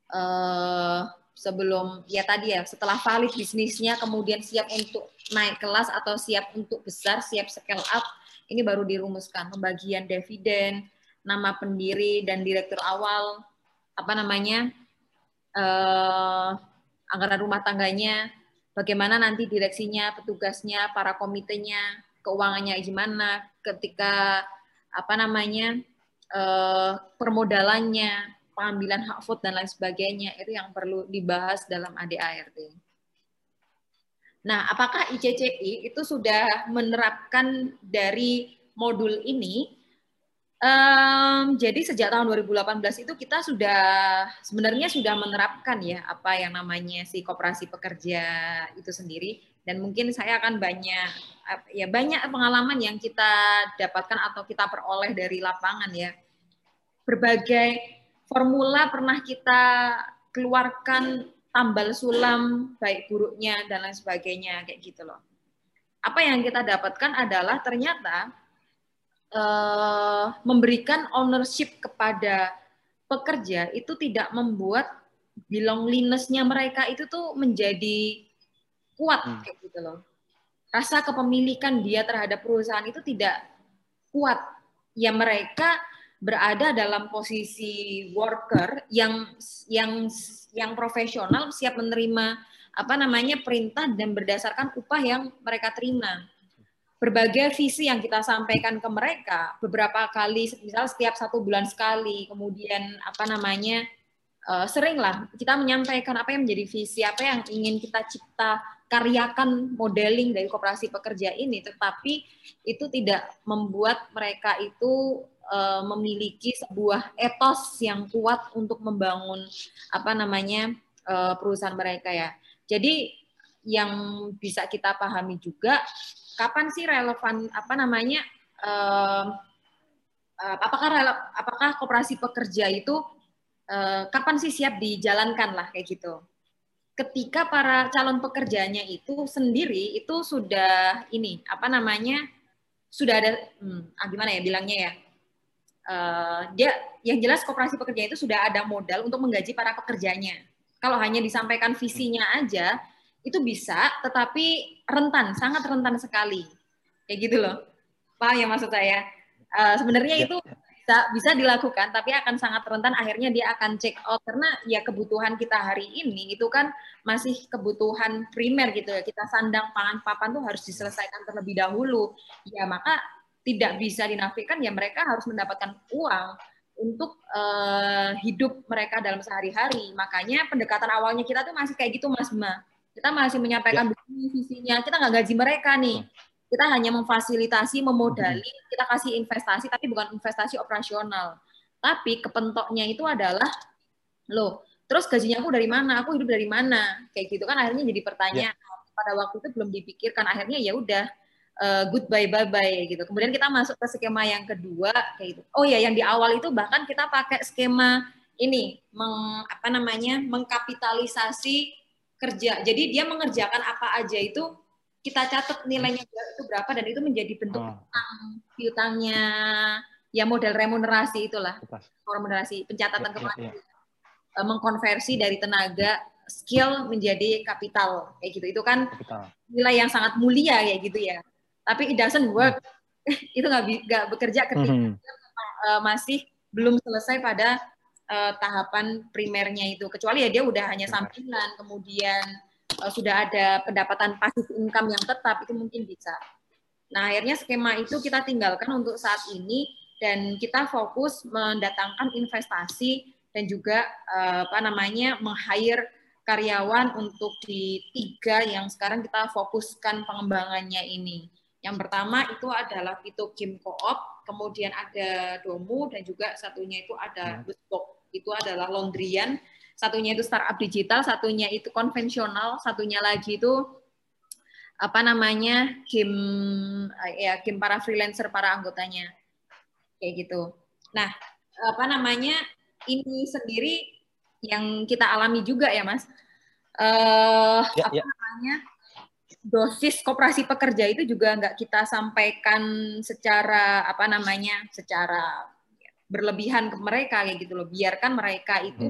Sebelum ya tadi ya, setelah valid bisnisnya, kemudian siap untuk naik kelas atau siap untuk besar, siap scale up, ini baru dirumuskan pembagian dividen, nama pendiri dan direktur awal, apa namanya, anggaran rumah tangganya, bagaimana nanti direksinya, petugasnya, para komitenya, keuangannya gimana, ketika apa namanya permodalannya, pengambilan hak vote dan lain sebagainya, itu yang perlu dibahas dalam ADART. Nah, apakah ICCI itu sudah menerapkan dari modul ini? Jadi sejak tahun 2018 itu kita sebenarnya sudah menerapkan ya apa yang namanya si koperasi pekerja itu sendiri, dan mungkin saya akan banyak pengalaman yang kita dapatkan atau kita peroleh dari lapangan ya. Berbagai formula pernah kita keluarkan, tambal sulam, baik buruknya, dan lain sebagainya, kayak gitu loh. Apa yang kita dapatkan adalah ternyata memberikan ownership kepada pekerja itu tidak membuat belongingness-nya mereka itu tuh menjadi kuat, kayak gitu loh. Rasa kepemilikan dia terhadap perusahaan itu tidak kuat. Ya mereka berada dalam posisi worker yang profesional, siap menerima apa namanya perintah dan berdasarkan upah yang mereka terima. Berbagai visi yang kita sampaikan ke mereka beberapa kali, misal setiap 1 bulan sekali, kemudian apa namanya seringlah kita menyampaikan apa yang menjadi visi, apa yang ingin kita cipta karyakan modeling dari koperasi pekerja ini, tetapi itu tidak membuat mereka itu memiliki sebuah etos yang kuat untuk membangun apa namanya perusahaan mereka ya. Jadi yang bisa kita pahami juga, kapan sih relevan apa namanya apakah koperasi pekerja itu kapan sih siap dijalankan lah kayak gitu. Ketika para calon pekerjanya itu sendiri itu sudah ini apa namanya sudah ada gimana ya bilangnya ya, dia yang jelas koperasi pekerja itu sudah ada modal untuk menggaji para pekerjanya. Kalau hanya disampaikan visinya aja itu bisa, tetapi rentan, sangat rentan sekali kayak gitu loh. Paham ya maksud saya? Sebenarnya itu bisa dilakukan, tapi akan sangat rentan, akhirnya dia akan check out, karena ya kebutuhan kita hari ini itu kan masih kebutuhan primer gitu ya, kita sandang pangan papan tuh harus diselesaikan terlebih dahulu, ya maka tidak bisa dinafikan ya mereka harus mendapatkan uang untuk hidup mereka dalam sehari-hari. Makanya pendekatan awalnya kita tuh masih kayak gitu Mas Ma, kita masih menyampaikan visinya, kita nggak gaji mereka nih. Kita hanya memfasilitasi, memodali, kita kasih investasi, tapi bukan investasi operasional. Tapi kepentoknya itu adalah, loh, terus gajinya aku dari mana? Aku hidup dari mana? Kayak gitu kan akhirnya jadi pertanyaan. Pada waktu itu belum dipikirkan, akhirnya ya udah goodbye bye-bye gitu. Kemudian kita masuk ke skema yang kedua kayak gitu. Oh ya, yang di awal itu bahkan kita pakai skema ini mengkapitalisasi kerja. Jadi dia mengerjakan apa aja itu kita catat nilainya itu berapa, dan itu menjadi bentuk piutangnya, ya model remunerasi itulah, remunerasi, pencatatan keuangan, mengkonversi dari tenaga skill menjadi kapital kayak gitu. Itu kan nilai yang sangat mulia ya gitu ya. Tapi it doesn't work. Itu nggak bekerja ketika masih belum selesai pada tahapan primernya itu. Kecuali ya dia udah hanya sampingan, kemudian sudah ada pendapatan pasif income yang tetap, itu mungkin bisa. Nah, akhirnya skema itu kita tinggalkan untuk saat ini, dan kita fokus mendatangkan investasi dan juga meng-hire karyawan untuk di 3 yang sekarang kita fokuskan pengembangannya ini. Yang pertama itu adalah Pitokim Co-op, kemudian ada Domu, dan juga satunya itu ada Besbok. Itu adalah laundryan, satunya itu startup digital, satunya itu konvensional, satunya lagi itu game para freelancer, para anggotanya kayak gitu. Nah, ini sendiri yang kita alami juga ya, Mas. Dosis koperasi pekerja itu juga nggak kita sampaikan secara secara berlebihan ke mereka kayak gitu loh. Biarkan mereka itu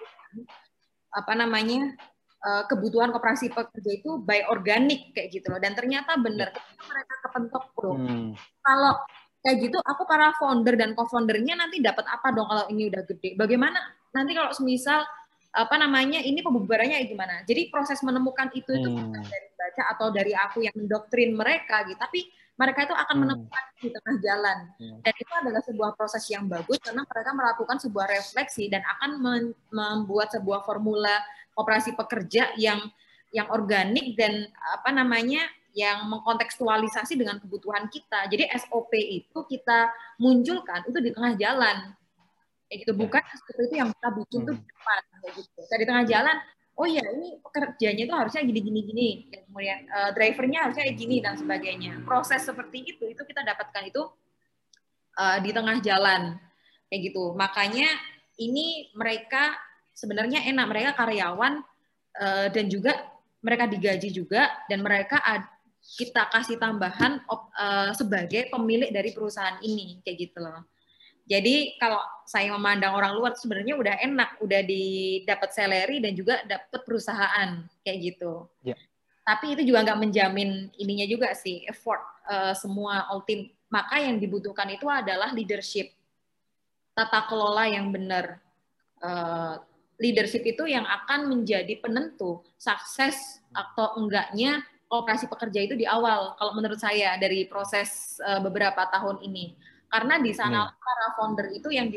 kebutuhan koperasi pekerja itu by organik kayak gitu loh. Dan ternyata benar mereka kepentok bro. Kalau kayak gitu, aku para founder dan co-foundernya nanti dapat apa dong kalau ini udah gede? Bagaimana nanti kalau semisal ini pembubarannya gimana? Jadi proses menemukan itu bukan dari baca atau dari aku yang mendoktrin mereka gitu, tapi mereka itu akan menemukan di tengah jalan. Dan itu adalah sebuah proses yang bagus karena mereka melakukan sebuah refleksi dan akan membuat sebuah formula koperasi pekerja yang organik dan yang mengkontekstualisasi dengan kebutuhan kita. Jadi SOP itu kita munculkan itu di tengah jalan. Kayak gitu, bukan SOP itu yang kita bikin tuh di depan kayak gitu. Dari tengah jalan, oh ya ini pekerjaannya itu harusnya gini. Kemudian drivernya harusnya gini dan sebagainya. Proses seperti itu kita dapatkan itu di tengah jalan kayak gitu. Makanya ini mereka sebenarnya enak, mereka karyawan dan juga mereka digaji juga, dan mereka kita kasih tambahan sebagai pemilik dari perusahaan ini kayak gitu loh. Jadi kalau saya memandang orang luar sebenarnya udah enak, udah didapat salary dan juga dapat perusahaan kayak gitu. Yeah. Tapi itu juga nggak menjamin ininya juga sih, effort semua all team. Maka yang dibutuhkan itu adalah leadership, tata kelola yang benar. Leadership itu yang akan menjadi penentu sukses atau enggaknya koperasi pekerja itu di awal. Kalau menurut saya dari proses beberapa tahun ini. Karena di sana para founder itu yang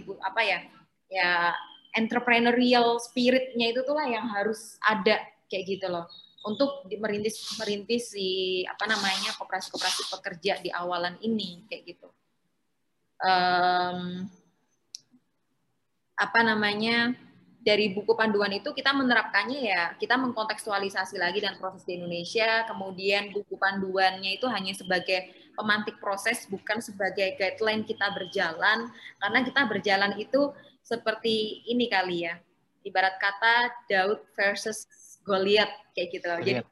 entrepreneurial spirit-nya itu tuh lah yang harus ada kayak gitu loh, untuk merintis si koperasi pekerja di awalan ini kayak gitu. Dari buku panduan itu kita menerapkannya ya, kita mengkontekstualisasi lagi dan proses di Indonesia, kemudian buku panduannya itu hanya sebagai pemantik proses, bukan sebagai guideline kita berjalan, karena kita berjalan itu seperti ini kali ya, ibarat kata Daud versus Goliath kayak gitu loh. Jadi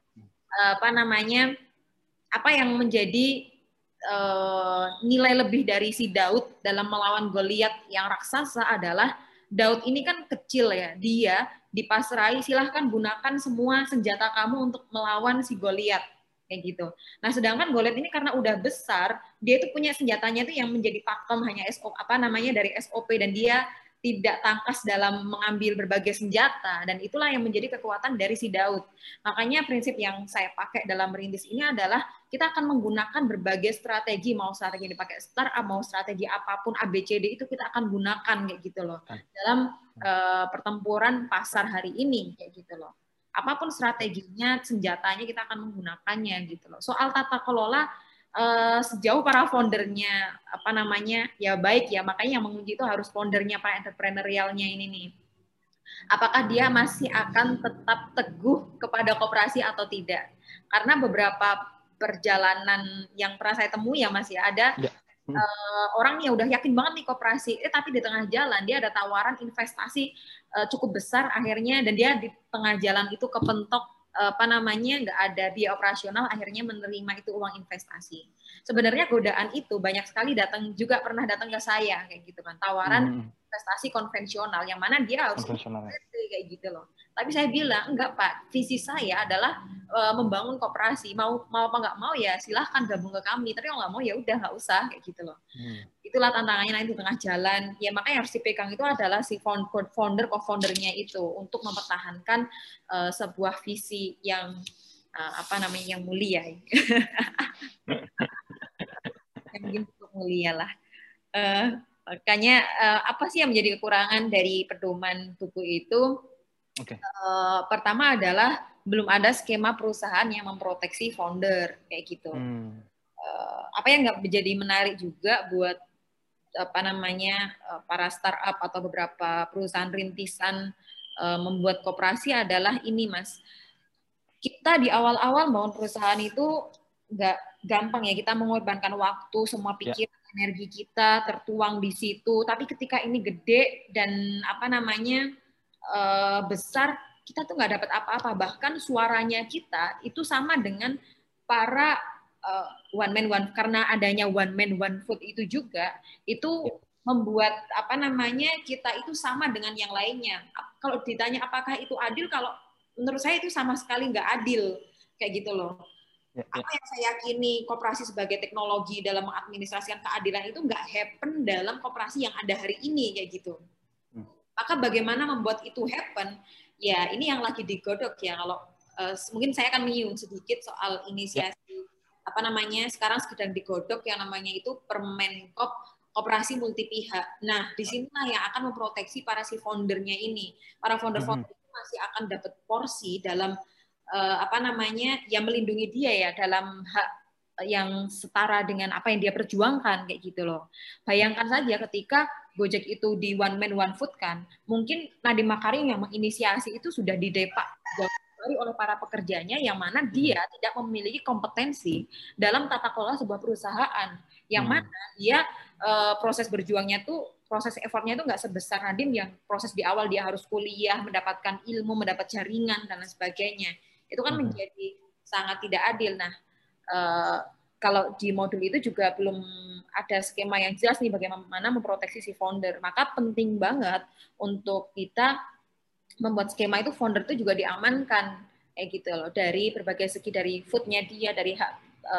apa yang menjadi nilai lebih dari si Daud dalam melawan Goliath yang raksasa adalah Daud ini kan kecil ya, dia dipasrai silahkan gunakan semua senjata kamu untuk melawan si Goliath kayak gitu. Nah, sedangkan Goliath ini karena udah besar, dia itu punya senjatanya itu yang menjadi pakem hanya dari SOP, dan dia tidak tangkas dalam mengambil berbagai senjata, dan itulah yang menjadi kekuatan dari si Daud. Makanya prinsip yang saya pakai dalam merintis ini adalah kita akan menggunakan berbagai strategi, mau strategi dipakai startup, mau strategi apapun ABCD itu kita akan gunakan kayak gitu loh dalam pertempuran pasar hari ini kayak gitu loh. Apapun strateginya, senjatanya kita akan menggunakannya gitu loh. Soal tata kelola sejauh para foundernya ya baik ya, makanya yang menguji itu harus foundernya, para entrepreneurialnya ini nih. Apakah dia masih akan tetap teguh kepada koperasi atau tidak? Karena beberapa perjalanan yang pernah saya temui ya Mas ya, ada orang yang udah yakin banget nih koperasi, tapi di tengah jalan dia ada tawaran investasi cukup besar akhirnya, dan dia di tengah jalan itu kepentok nggak ada biaya operasional, akhirnya menerima itu uang investasi. Sebenarnya godaan itu banyak sekali pernah datang ke saya kayak gitu kan, tawaran investasi konvensional yang mana dia harus kayak gitu loh. Tapi saya bilang enggak Pak, visi saya adalah membangun koperasi. Mau apa nggak mau ya silahkan gabung ke kami. Tapi kalau nggak mau ya udah nggak usah kayak gitu loh. Itulah tantangannya nanti di tengah jalan. Ya makanya harus dipegang itu adalah si co-foundernya itu untuk mempertahankan sebuah visi yang yang mulia. Yang mungkin cukup mulia lah. Makanya apa sih yang menjadi kekurangan dari pedoman buku itu? Pertama adalah belum ada skema perusahaan yang memproteksi founder kayak gitu. Apa yang nggak menjadi menarik juga buat para startup atau beberapa perusahaan rintisan membuat koperasi adalah ini, Mas. Kita di awal-awal bangun perusahaan itu nggak gampang ya, kita mengorbankan waktu, semua pikiran, energi kita tertuang di situ. Tapi ketika ini gede dan besar, kita tuh nggak dapat apa-apa. Bahkan suaranya kita itu sama dengan para one man one, karena adanya one man one food itu juga itu membuat kita itu sama dengan yang lainnya. Kalau ditanya apakah itu adil, kalau menurut saya itu sama sekali nggak adil kayak gitu loh. Apa yang saya yakini koperasi sebagai teknologi dalam mengadministrasikan keadilan itu nggak happen dalam koperasi yang ada hari ini kayak gitu. Maka bagaimana membuat itu happen? Ya ini yang lagi digodok ya. Kalau mungkin saya akan menyinggung sedikit soal inisiasi sekarang sedang digodok yang namanya itu Permenkop Koperasi Multi Pihak. Nah, disinilah yang akan memproteksi para si foundernya ini. Para founder-founder itu masih akan dapat porsi dalam yang melindungi dia ya dalam hak yang setara dengan apa yang dia perjuangkan kayak gitu loh. Bayangkan saja ketika Gojek itu di one man one food kan, mungkin Nadiem Makarim yang menginisiasi itu sudah didepak oleh para pekerjanya yang mana dia tidak memiliki kompetensi dalam tata kelola sebuah perusahaan, yang mana dia proses berjuangnya tuh, proses effortnya itu nggak sebesar Nadiem yang proses di awal dia harus kuliah, mendapatkan ilmu, mendapat jaringan dan lain sebagainya. Itu kan menjadi sangat tidak adil. Nah, kalau di modul itu juga belum ada skema yang jelas nih bagaimana memproteksi si founder. Maka penting banget untuk kita membuat skema itu founder itu juga diamankan kayak gitu loh, dari berbagai segi, dari foodnya dia, dari hak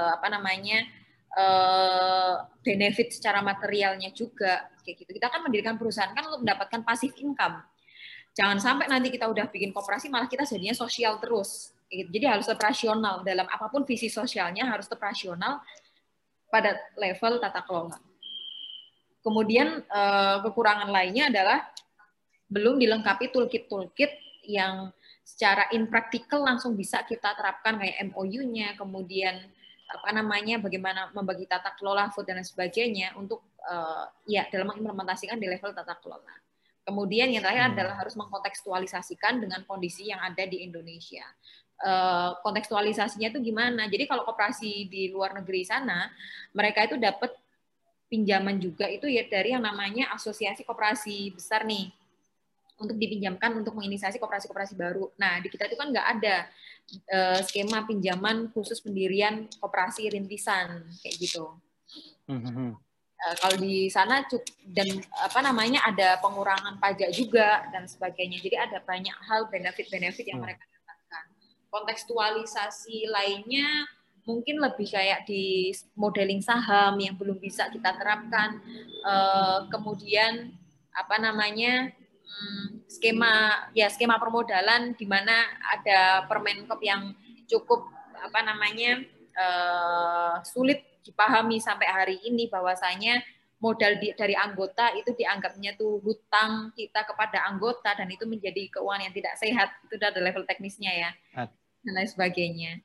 benefit secara materialnya juga kayak gitu. Kita kan mendirikan perusahaan kan untuk mendapatkan passive income. Jangan sampai nanti kita udah bikin koperasi malah kita jadinya sosial terus. Jadi harus operasional dalam apapun visi sosialnya, harus operasional pada level tata kelola. Kemudian kekurangan lainnya adalah belum dilengkapi toolkit yang secara impractical langsung bisa kita terapkan kayak MOU-nya, kemudian bagaimana membagi tata kelola food dan sebagainya untuk dalam mengimplementasikan di level tata kelola. Kemudian yang terakhir adalah harus mengkontekstualisasikan dengan kondisi yang ada di Indonesia. Kontekstualisasinya itu gimana? Jadi kalau koperasi di luar negeri sana, mereka itu dapat pinjaman juga itu ya dari yang namanya asosiasi koperasi besar nih, untuk dipinjamkan untuk menginisiasi koperasi-koperasi baru. Nah, di kita itu kan nggak ada skema pinjaman khusus pendirian koperasi rintisan kayak gitu. Kalau di sana dan ada pengurangan pajak juga dan sebagainya. Jadi ada banyak hal benefit-benefit yang mereka dapatkan. Kontekstualisasi lainnya mungkin lebih kayak di modeling saham yang belum bisa kita terapkan. Kemudian skema permodalan di mana ada Permenkop yang cukup sulit dipahami sampai hari ini, bahwasanya modal dari anggota itu dianggapnya tuh hutang kita kepada anggota dan itu menjadi keuangan yang tidak sehat. Itu dari level teknisnya ya dan lain sebagainya.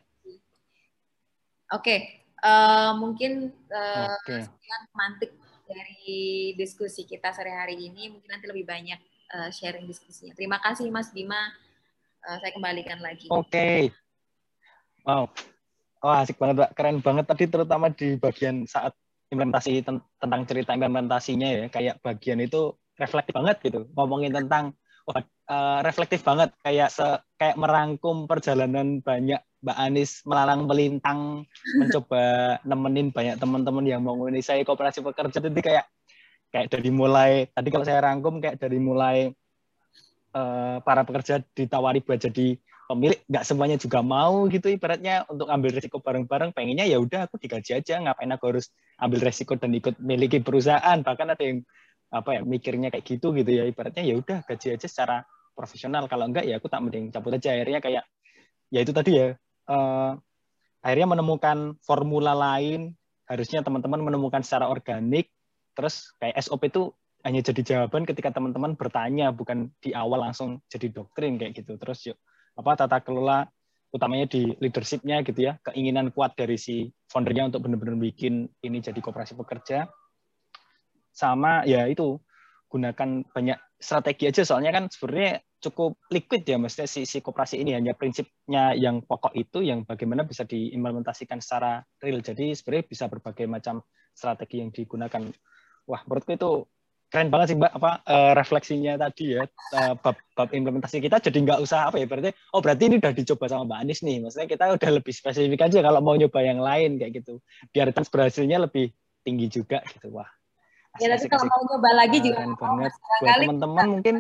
Oke. Mungkin sekian pemantik dari diskusi kita sore hari ini. Mungkin nanti lebih banyak sharing diskusinya. Terima kasih Mas Bima. Saya kembalikan lagi. Oke. Wow. Asik banget, Pak. Keren banget tadi, terutama di bagian saat implementasi tentang cerita implementasinya ya. Kayak bagian itu reflektif banget gitu. Ngomongin tentang reflektif banget, kayak merangkum perjalanan banyak Mbak Anis melalang melintang mencoba nemenin banyak teman-teman yang mau menginisiasi koperasi pekerja. Jadi kayak dari mulai tadi kalau saya rangkum kayak dari mulai para pekerja ditawari buat jadi pemilik, nggak semuanya juga mau gitu ibaratnya untuk ambil resiko bareng-bareng. Pengennya ya udah aku digaji aja, ngapain aku harus ambil resiko dan ikut miliki perusahaan. Bahkan ada yang mikirnya kayak gitu ya, ibaratnya ya udah gaji aja secara profesional, kalau enggak ya aku tak mending cabut aja. Akhirnya kayak ya itu tadi ya, akhirnya menemukan formula lain. Harusnya teman-teman menemukan secara organik, terus kayak SOP itu hanya jadi jawaban ketika teman-teman bertanya, bukan di awal langsung jadi doktrin kayak gitu. Terus yuk tata kelola utamanya di leadership-nya gitu ya, keinginan kuat dari si foundernya untuk benar-benar bikin ini jadi koperasi pekerja. Sama ya itu, gunakan banyak strategi aja, soalnya kan sebenarnya cukup liquid ya, maksudnya si koperasi ini hanya prinsipnya yang pokok itu yang bagaimana bisa diimplementasikan secara real. Jadi sebenarnya bisa berbagai macam strategi yang digunakan. Wah, menurutku itu keren banget sih Mbak, refleksinya tadi ya, bab implementasi kita jadi nggak usah berarti ini udah dicoba sama Mbak Anis nih, maksudnya kita udah lebih spesifik aja kalau mau nyoba yang lain kayak gitu, biar chance berhasilnya lebih tinggi juga gitu. Wah, Ya, nanti kalau mau coba lagi juga keren banget. Buat teman-teman mungkin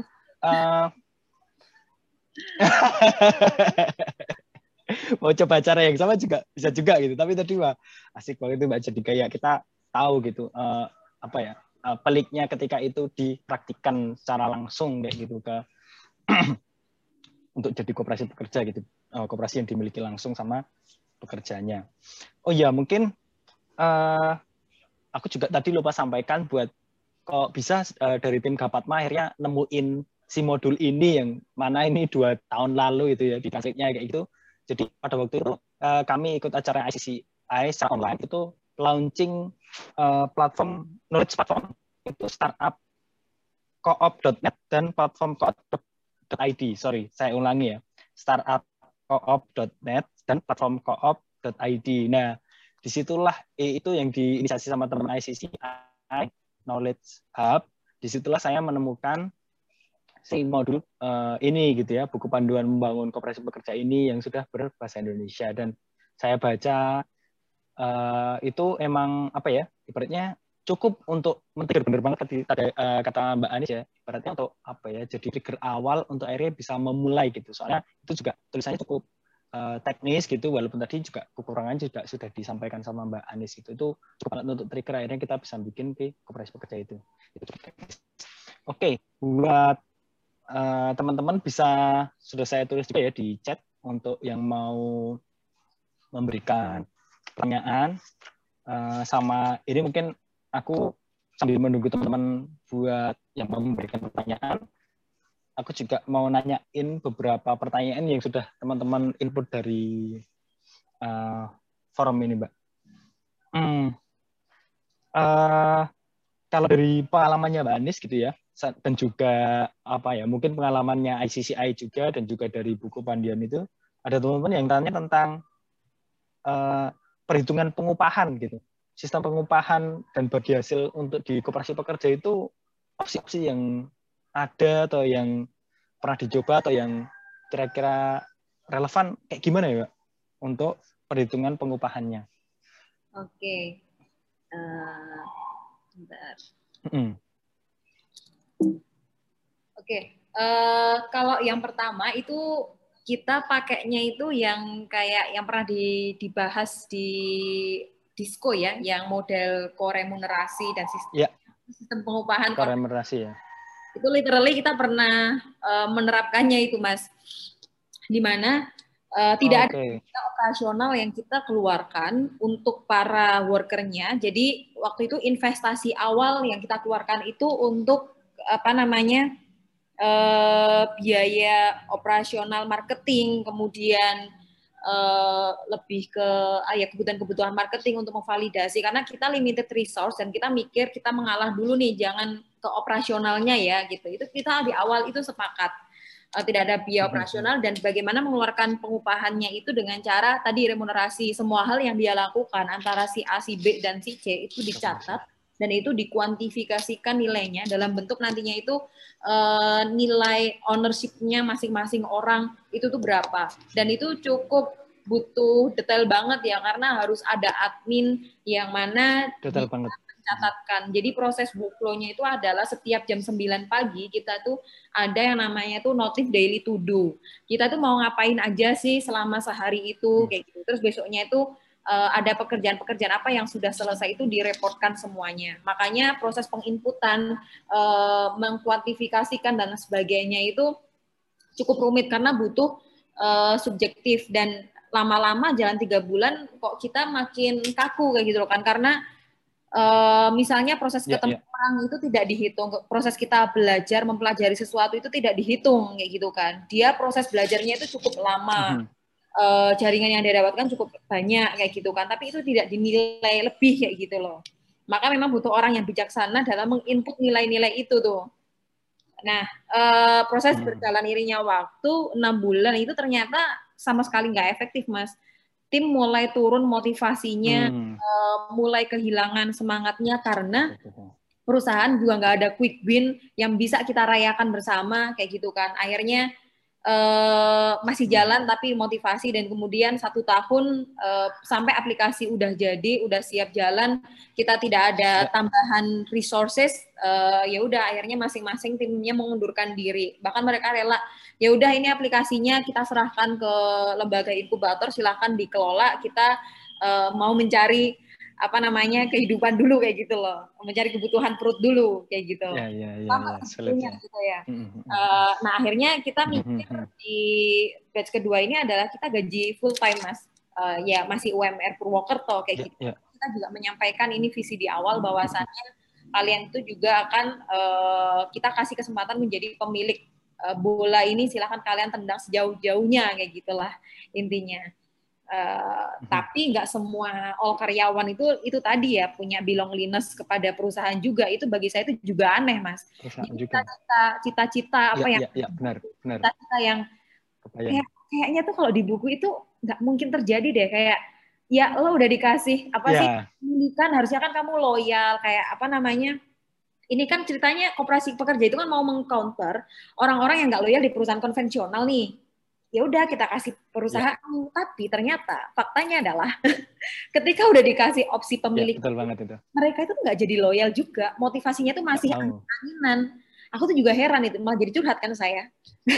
mau coba cara yang sama juga bisa juga gitu. Tapi tadi wah asik banget itu Mbak, jadi kayak kita tahu gitu peliknya ketika itu dipraktikkan secara langsung kayak gitu ke untuk jadi koperasi pekerja gitu, koperasi yang dimiliki langsung sama pekerjanya. Oh ya, mungkin aku juga tadi lupa sampaikan, buat kok bisa dari tim Gapatma akhirnya nemuin si modul ini yang mana ini 2 tahun lalu itu ya di Tasiknya kayak gitu. Jadi pada waktu itu kami ikut acara ICCI secara online, itu launching platform knowledge platform itu startup coop.net dan platform coop.id. Sorry, saya ulangi ya. Startup coop.net dan platform coop.id. Nah, disitulah itu yang diinisiasi sama teman ICCI Knowledge Hub. Disitulah saya menemukan si modul ini gitu ya, buku panduan membangun koperasi pekerja ini yang sudah berbahasa Indonesia. Dan saya baca itu emang ibaratnya cukup untuk men-trigger, bener banget tadi kata Mbak Anis ya, ibaratnya untuk jadi trigger awal untuk akhirnya bisa memulai gitu. Soalnya itu juga tulisannya cukup teknis gitu, walaupun tadi juga kekurangannya juga sudah disampaikan sama Mbak Anis itu cukup banget untuk trigger akhirnya kita bisa bikin ke koperasi pekerja itu. Oke, buat teman-teman sudah saya tulis juga ya di chat untuk yang mau memberikan pertanyaan, sama ini mungkin aku sambil menunggu teman-teman buat yang mau memberikan pertanyaan, aku juga mau nanyain beberapa pertanyaan yang sudah teman-teman input dari forum ini, Mbak. Kalau dari pengalamannya Mbak Anis gitu ya, dan juga mungkin pengalamannya ICCI juga dan juga dari buku panduan itu, ada teman-teman yang tanya tentang perhitungan pengupahan gitu, sistem pengupahan dan bagi hasil untuk di koperasi pekerja itu, opsi-opsi yang ada atau yang pernah dicoba atau yang kira-kira relevan kayak gimana ya Mbak untuk perhitungan pengupahannya? Oke. Bentar. Oke. Kalau yang pertama itu kita pakainya itu yang kayak yang pernah dibahas di Disco ya, yang model koremunerasi dan sistem pengupahan koremunerasi ya. Itu literally kita pernah menerapkannya itu, Mas. Di mana tidak ada biaya operasional yang kita keluarkan untuk para workernya. Jadi waktu itu investasi awal yang kita keluarkan itu untuk biaya operasional marketing, kemudian lebih ke kebutuhan marketing untuk memvalidasi, karena kita limited resource dan kita mikir kita mengalah dulu nih, jangan ke operasionalnya ya gitu. Itu kita di awal itu sepakat tidak ada biaya operasional dan bagaimana mengeluarkan pengupahannya itu dengan cara tadi remunerasi, semua hal yang dia lakukan antara si A, si B dan si C itu dicatat dan itu dikuantifikasikan nilainya dalam bentuk nantinya itu nilai ownership-nya masing-masing orang itu tuh berapa. Dan itu cukup butuh detail banget ya, karena harus ada admin yang mana Detail banget. mencatatkan. Jadi proses workflow-nya itu adalah setiap jam 9 pagi kita tuh ada yang namanya tuh notif daily to do. Kita tuh mau ngapain aja sih selama sehari itu kayak gitu. Terus besoknya itu ada pekerjaan-pekerjaan apa yang sudah selesai itu direportkan semuanya. Makanya proses penginputan, mengkuantifikasikan dan sebagainya itu cukup rumit karena butuh subjektif, dan lama-lama jalan 3 bulan kok kita makin kaku kayak gitu loh kan, karena misalnya proses ketemu orang itu tidak dihitung, proses kita belajar mempelajari sesuatu itu tidak dihitung kayak gitu kan. Dia proses belajarnya itu cukup lama, jaringan yang dia dapatkan cukup banyak kayak gitu kan, tapi itu tidak dinilai lebih kayak gitu loh. Maka memang butuh orang yang bijaksana dalam menginput nilai-nilai itu tuh. Nah, proses berjalan irinya waktu 6 bulan itu ternyata sama sekali nggak efektif, Mas. Tim mulai turun motivasinya, mulai kehilangan semangatnya karena perusahaan juga nggak ada quick win yang bisa kita rayakan bersama kayak gitu kan. Akhirnya masih jalan tapi motivasi, dan kemudian 1 tahun sampai aplikasi udah jadi, udah siap jalan, kita tidak ada tambahan resources, ya udah akhirnya masing-masing timnya mengundurkan diri. Bahkan mereka rela, ya udah ini aplikasinya kita serahkan ke lembaga inkubator, silahkan dikelola, kita mau mencari kehidupan dulu kayak gitu loh, mencari kebutuhan perut dulu kayak gitu. Gitu ya. Nah akhirnya kita mikir di batch kedua ini adalah kita gaji full time, Mas. Ya masih UMR Purwokerto kayak gitu. Kita juga menyampaikan ini visi di awal bahwasannya kalian itu juga akan kita kasih kesempatan menjadi pemilik bola ini, silahkan kalian tendang sejauh-jauhnya kayak gitulah intinya. Tapi nggak semua all karyawan itu tadi ya punya belongingness kepada perusahaan juga. Itu bagi saya itu juga aneh, Mas. Cita-cita apa benar. Cita-cita yang kayaknya tuh kalau di buku itu nggak mungkin terjadi deh. Kayak ya lo udah dikasih sih pendidikan, harusnya kan kamu loyal, kayak ini kan ceritanya koperasi pekerja itu kan mau meng-counter orang-orang yang nggak loyal di perusahaan konvensional nih. Ya udah kita kasih perusahaan, tapi ternyata faktanya adalah ketika udah dikasih opsi pemilik, mereka itu nggak jadi loyal juga, motivasinya tuh masih angin-anginan. Aku tuh juga heran, itu malah jadi curhat kan saya.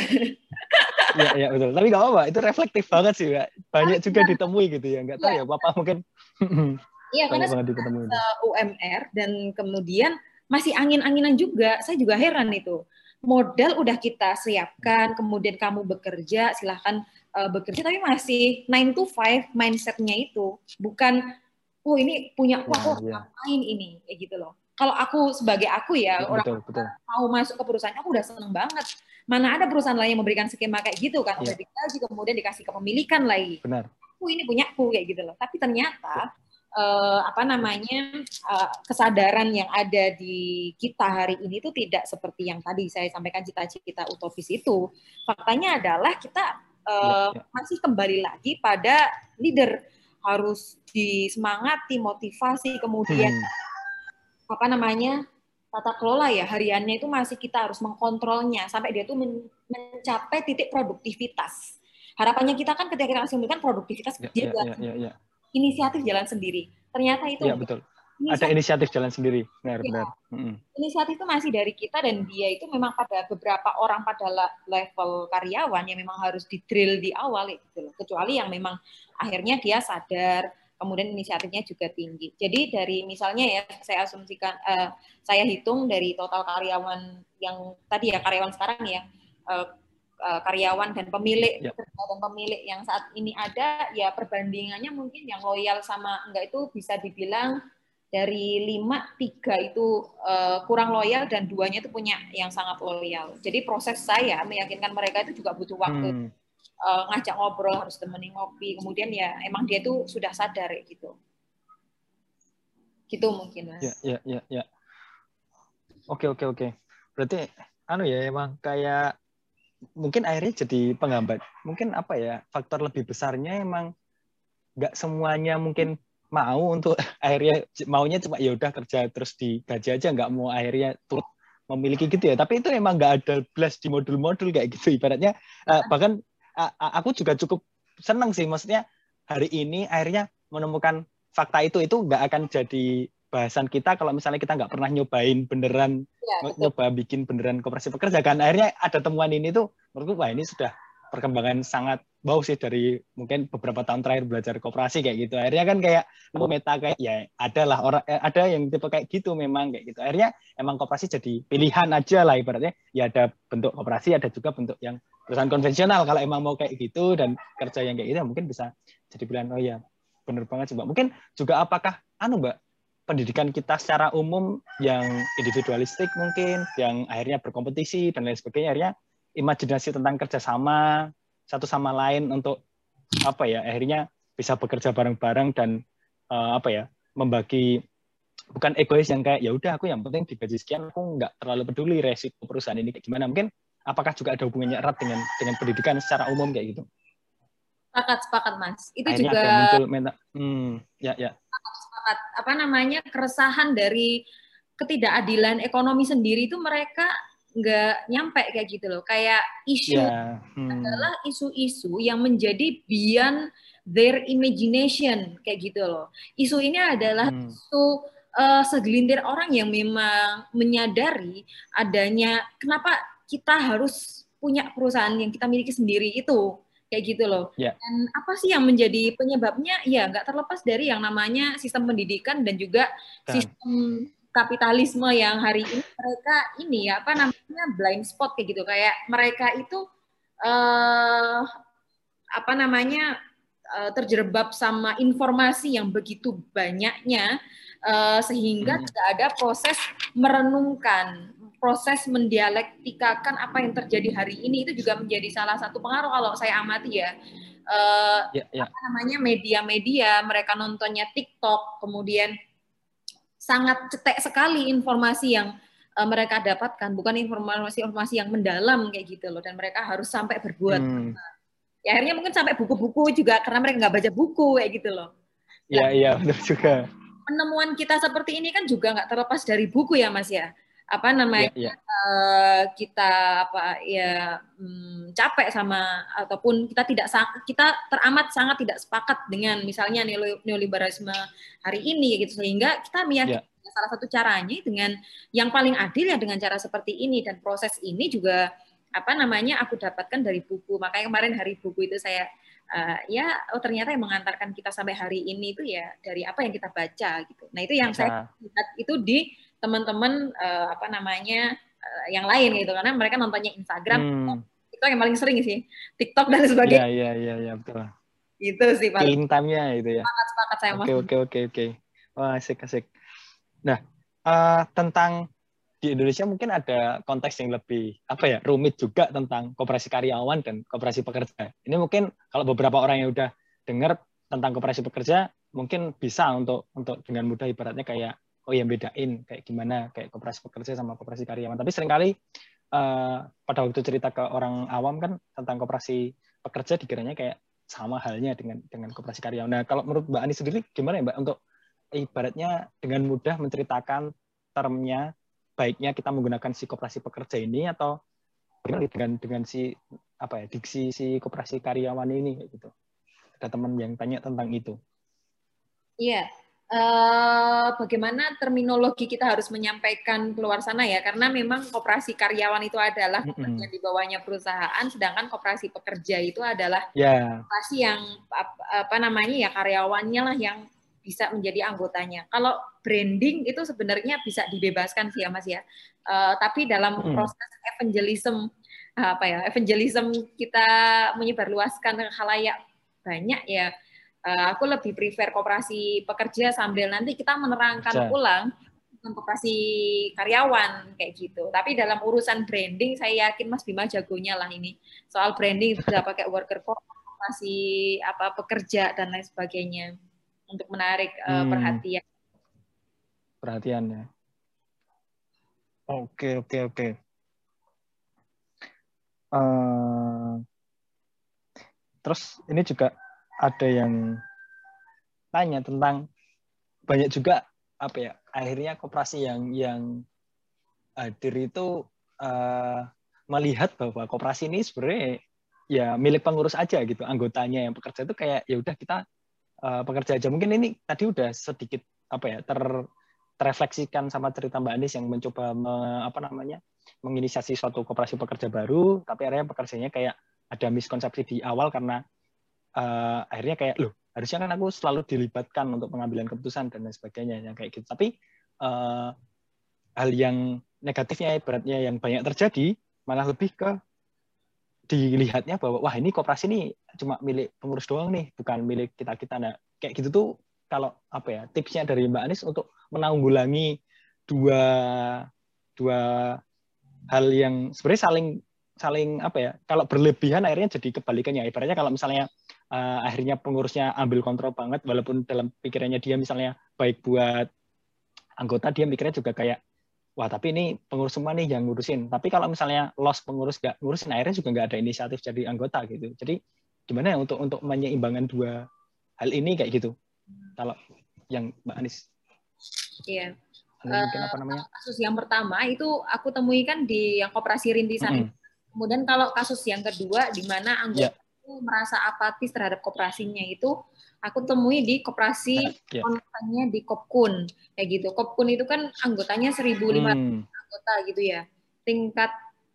Iya betul, tapi nggak apa-apa, itu reflektif banget sih, Mbak. Banyak juga ditemui gitu ya, nggak tahu ya Bapak mungkin. Iya, karena UMR dan kemudian masih angin-anginan juga, saya juga heran itu. Modal udah kita siapkan, kemudian kamu bekerja, silahkan bekerja, tapi masih 9 to 5 mindset-nya itu. Bukan, ini punya ngapain ini, kayak gitu loh. Kalau aku sebagai aku ya, orang mau masuk ke perusahaan, aku udah seneng banget. Mana ada perusahaan lain yang memberikan skema kayak gitu kan, udah dikaji, kemudian dikasih kepemilikan lagi. Benar. Ini punyaku, kayak gitu loh. Tapi ternyata kesadaran yang ada di kita hari ini itu tidak seperti yang tadi saya sampaikan, cita-cita utopis itu. Faktanya adalah kita masih kembali lagi pada leader, harus disemangati, motivasi, kemudian tata kelola ya hariannya itu masih kita harus mengkontrolnya sampai dia tuh mencapai titik produktivitas. Harapannya kita kan ketika kita kasih produktivitas inisiatif jalan sendiri. Ternyata itu betul. Ada inisiatif jalan sendiri, benar. Inisiatif itu masih dari kita, dan dia itu memang pada beberapa orang pada level karyawan yang memang harus di-drill di awal gitu loh. Kecuali yang memang akhirnya dia sadar, kemudian inisiatifnya juga tinggi. Jadi dari misalnya ya saya asumsikan, saya hitung dari total karyawan yang tadi ya, karyawan sekarang ya, karyawan dan pemilik yang saat ini ada, ya perbandingannya mungkin yang loyal sama enggak itu bisa dibilang dari 5, 3 itu kurang loyal, dan 2-nya itu punya yang sangat loyal. Jadi proses saya meyakinkan mereka itu juga butuh waktu. Ngajak ngobrol, harus temenin ngopi, kemudian ya emang dia tuh sudah sadar gitu. Gitu mungkin, Mas. Ya. Oke. Berarti emang kayak mungkin akhirnya jadi penghambat. Mungkin faktor lebih besarnya emang nggak semuanya mungkin mau untuk akhirnya maunya cuma ya udah kerja terus digaji aja, nggak mau akhirnya turut memiliki gitu ya. Tapi itu emang nggak ada blast di modul-modul kayak gitu. Ibaratnya bahkan aku juga cukup seneng sih, maksudnya hari ini akhirnya menemukan fakta itu nggak akan jadi bahasan kita kalau misalnya kita nggak pernah nyobain beneran, Ya, betul. nyoba bikin beneran koperasi pekerja kan. Akhirnya ada temuan ini tuh menurutku wah ini sudah perkembangan sangat bau sih dari mungkin beberapa tahun terakhir belajar koperasi kayak gitu. Akhirnya kan kayak meta kayak ya ada lah orang ada yang tipe kayak gitu memang kayak gitu. Akhirnya emang koperasi jadi pilihan aja lah ibaratnya. Ya ada bentuk koperasi, ada juga bentuk yang perusahaan konvensional. Kalau emang mau kayak gitu dan kerja yang kayak gitu mungkin bisa jadi pilihan. Oh ya, bener banget sih Mbak. Mungkin juga apakah Mbak, pendidikan kita secara umum yang individualistik mungkin, yang akhirnya berkompetisi dan lain sebagainya, akhirnya imajinasi tentang kerjasama satu sama lain untuk apa ya akhirnya bisa bekerja bareng-bareng dan membagi, bukan egois yang kayak ya udah aku yang penting digaji sekian, aku nggak terlalu peduli resiko perusahaan ini kayak gimana. Mungkin apakah juga ada hubungannya erat dengan pendidikan secara umum kayak gitu? Sepakat Mas. Itu Akhirnya juga ada muncul ya. Sepakat. Apa namanya, keresahan dari ketidakadilan ekonomi sendiri itu mereka nggak nyampe kayak gitu loh. Kayak isu Ya. adalah isu-isu yang menjadi beyond their imagination kayak gitu loh. Isu ini adalah isu segelintir orang yang memang menyadari adanya kenapa kita harus punya perusahaan yang kita miliki sendiri itu kayak gitu loh. Ya. Dan apa sih yang menjadi penyebabnya? Ya nggak terlepas dari yang namanya sistem pendidikan dan juga sistem kapitalisme yang hari ini mereka ini ya apa namanya blind spot kayak gitu, kayak mereka itu apa namanya terjerembab sama informasi yang begitu banyaknya sehingga tidak ada proses merenungkan, proses mendialektikakan apa yang terjadi hari ini. Itu juga menjadi salah satu pengaruh kalau saya amati ya. Apa namanya media-media mereka nontonnya TikTok, kemudian sangat cetek sekali informasi yang mereka dapatkan, bukan informasi-informasi yang mendalam kayak gitu loh, dan mereka harus sampai berbuat. Ya akhirnya mungkin sampai buku-buku juga karena mereka nggak baca buku kayak gitu loh. Iya benar juga. Penemuan kita seperti ini kan juga nggak terlepas dari buku ya Mas ya. Apa namanya kita apa ya capek sama ataupun kita teramat sangat tidak sepakat dengan misalnya neoliberalisme hari ini gitu, sehingga kita meyakini salah satu caranya dengan yang paling adil ya dengan cara seperti ini, dan proses ini juga apa namanya aku dapatkan dari buku. Makanya kemarin hari buku itu saya ternyata yang mengantarkan kita sampai hari ini itu ya dari apa yang kita baca gitu. Nah itu yang saya lihat itu di teman-teman apa namanya yang lain gitu, karena mereka nontonnya Instagram, TikTok yang paling sering sih, TikTok dan sebagainya. Iya betul. Itu sih paling. Killing time-nya itu ya. Sepakat saya Mas. Oke. Wah asik. Nah tentang di Indonesia mungkin ada konteks yang lebih rumit juga tentang koperasi karyawan dan koperasi pekerja. Ini mungkin kalau beberapa orang yang udah dengar tentang koperasi pekerja mungkin bisa untuk dengan mudah ibaratnya kayak yang bedain kayak gimana kayak koperasi pekerja sama koperasi karyawan. Tapi seringkali pada waktu cerita ke orang awam kan tentang koperasi pekerja dikiranya kayak sama halnya dengan koperasi karyawan. Nah, kalau menurut Mbak Ani sendiri gimana ya Mbak untuk ibaratnya dengan mudah menceritakan termnya, baiknya kita menggunakan si koperasi pekerja ini atau dengan si diksi si koperasi karyawan ini gitu. Ada teman yang tanya tentang itu. Iya. Bagaimana terminologi kita harus menyampaikan keluar sana ya, karena memang koperasi karyawan itu adalah yang di bawahnya perusahaan, sedangkan koperasi pekerja itu adalah koperasi yang apa namanya ya karyawannya lah yang bisa menjadi anggotanya. Kalau branding itu sebenarnya bisa dibebaskan sih ya Mas ya. Tapi dalam proses evangelism evangelism kita menyebarluaskan ke khalayak banyak ya. Aku lebih prefer koperasi pekerja sambil nanti kita menerangkan ulang koperasi karyawan kayak gitu. Tapi dalam urusan branding saya yakin Mas Bima jagonya lah ini. Soal branding bisa pakai worker koperasi pekerja dan lain sebagainya untuk menarik perhatian. Perhatian ya. Oke. Terus ini juga ada yang tanya tentang banyak juga apa ya, akhirnya koperasi yang hadir itu melihat bahwa koperasi ini sebenarnya ya milik pengurus aja gitu, anggotanya yang pekerja itu kayak ya udah kita pekerja aja. Mungkin ini tadi udah sedikit apa ya terrefleksikan sama cerita Mbak Anis yang mencoba menginisiasi suatu koperasi pekerja baru, tapi akhirnya pekerjanya kayak ada miskonsepsi di awal karena akhirnya kayak loh harusnya kan aku selalu dilibatkan untuk pengambilan keputusan dan lain sebagainya yang kayak gitu. Tapi hal yang negatifnya ibaratnya yang banyak terjadi malah lebih ke dilihatnya bahwa wah ini koperasi ini cuma milik pengurus doang nih, bukan milik kita-kita. Nah, kayak gitu tuh kalau apa ya tipsnya dari Mbak Anis untuk menanggulangi dua hal yang sebenarnya saling apa ya, kalau berlebihan akhirnya jadi kebalikannya. Ibaratnya kalau misalnya akhirnya pengurusnya ambil kontrol banget walaupun dalam pikirannya dia misalnya baik buat anggota, dia mikirnya juga kayak wah tapi ini pengurus semua nih yang ngurusin. Tapi kalau misalnya lost pengurus nggak ngurusin, akhirnya juga nggak ada inisiatif jadi anggota gitu. Jadi gimana ya untuk menyeimbangkan dua hal ini kayak gitu? Kalau yang Mbak Anis. Iya. Mungkin apa namanya? Kasus yang pertama itu aku temui kan di yang koperasi rintisan. Kemudian kalau kasus yang kedua di mana anggota itu merasa apatis terhadap koperasinya itu aku temui di koperasi kontennya di Kopkun kayak gitu. Kopkun itu kan anggotanya 1.500 anggota gitu ya. Tingkat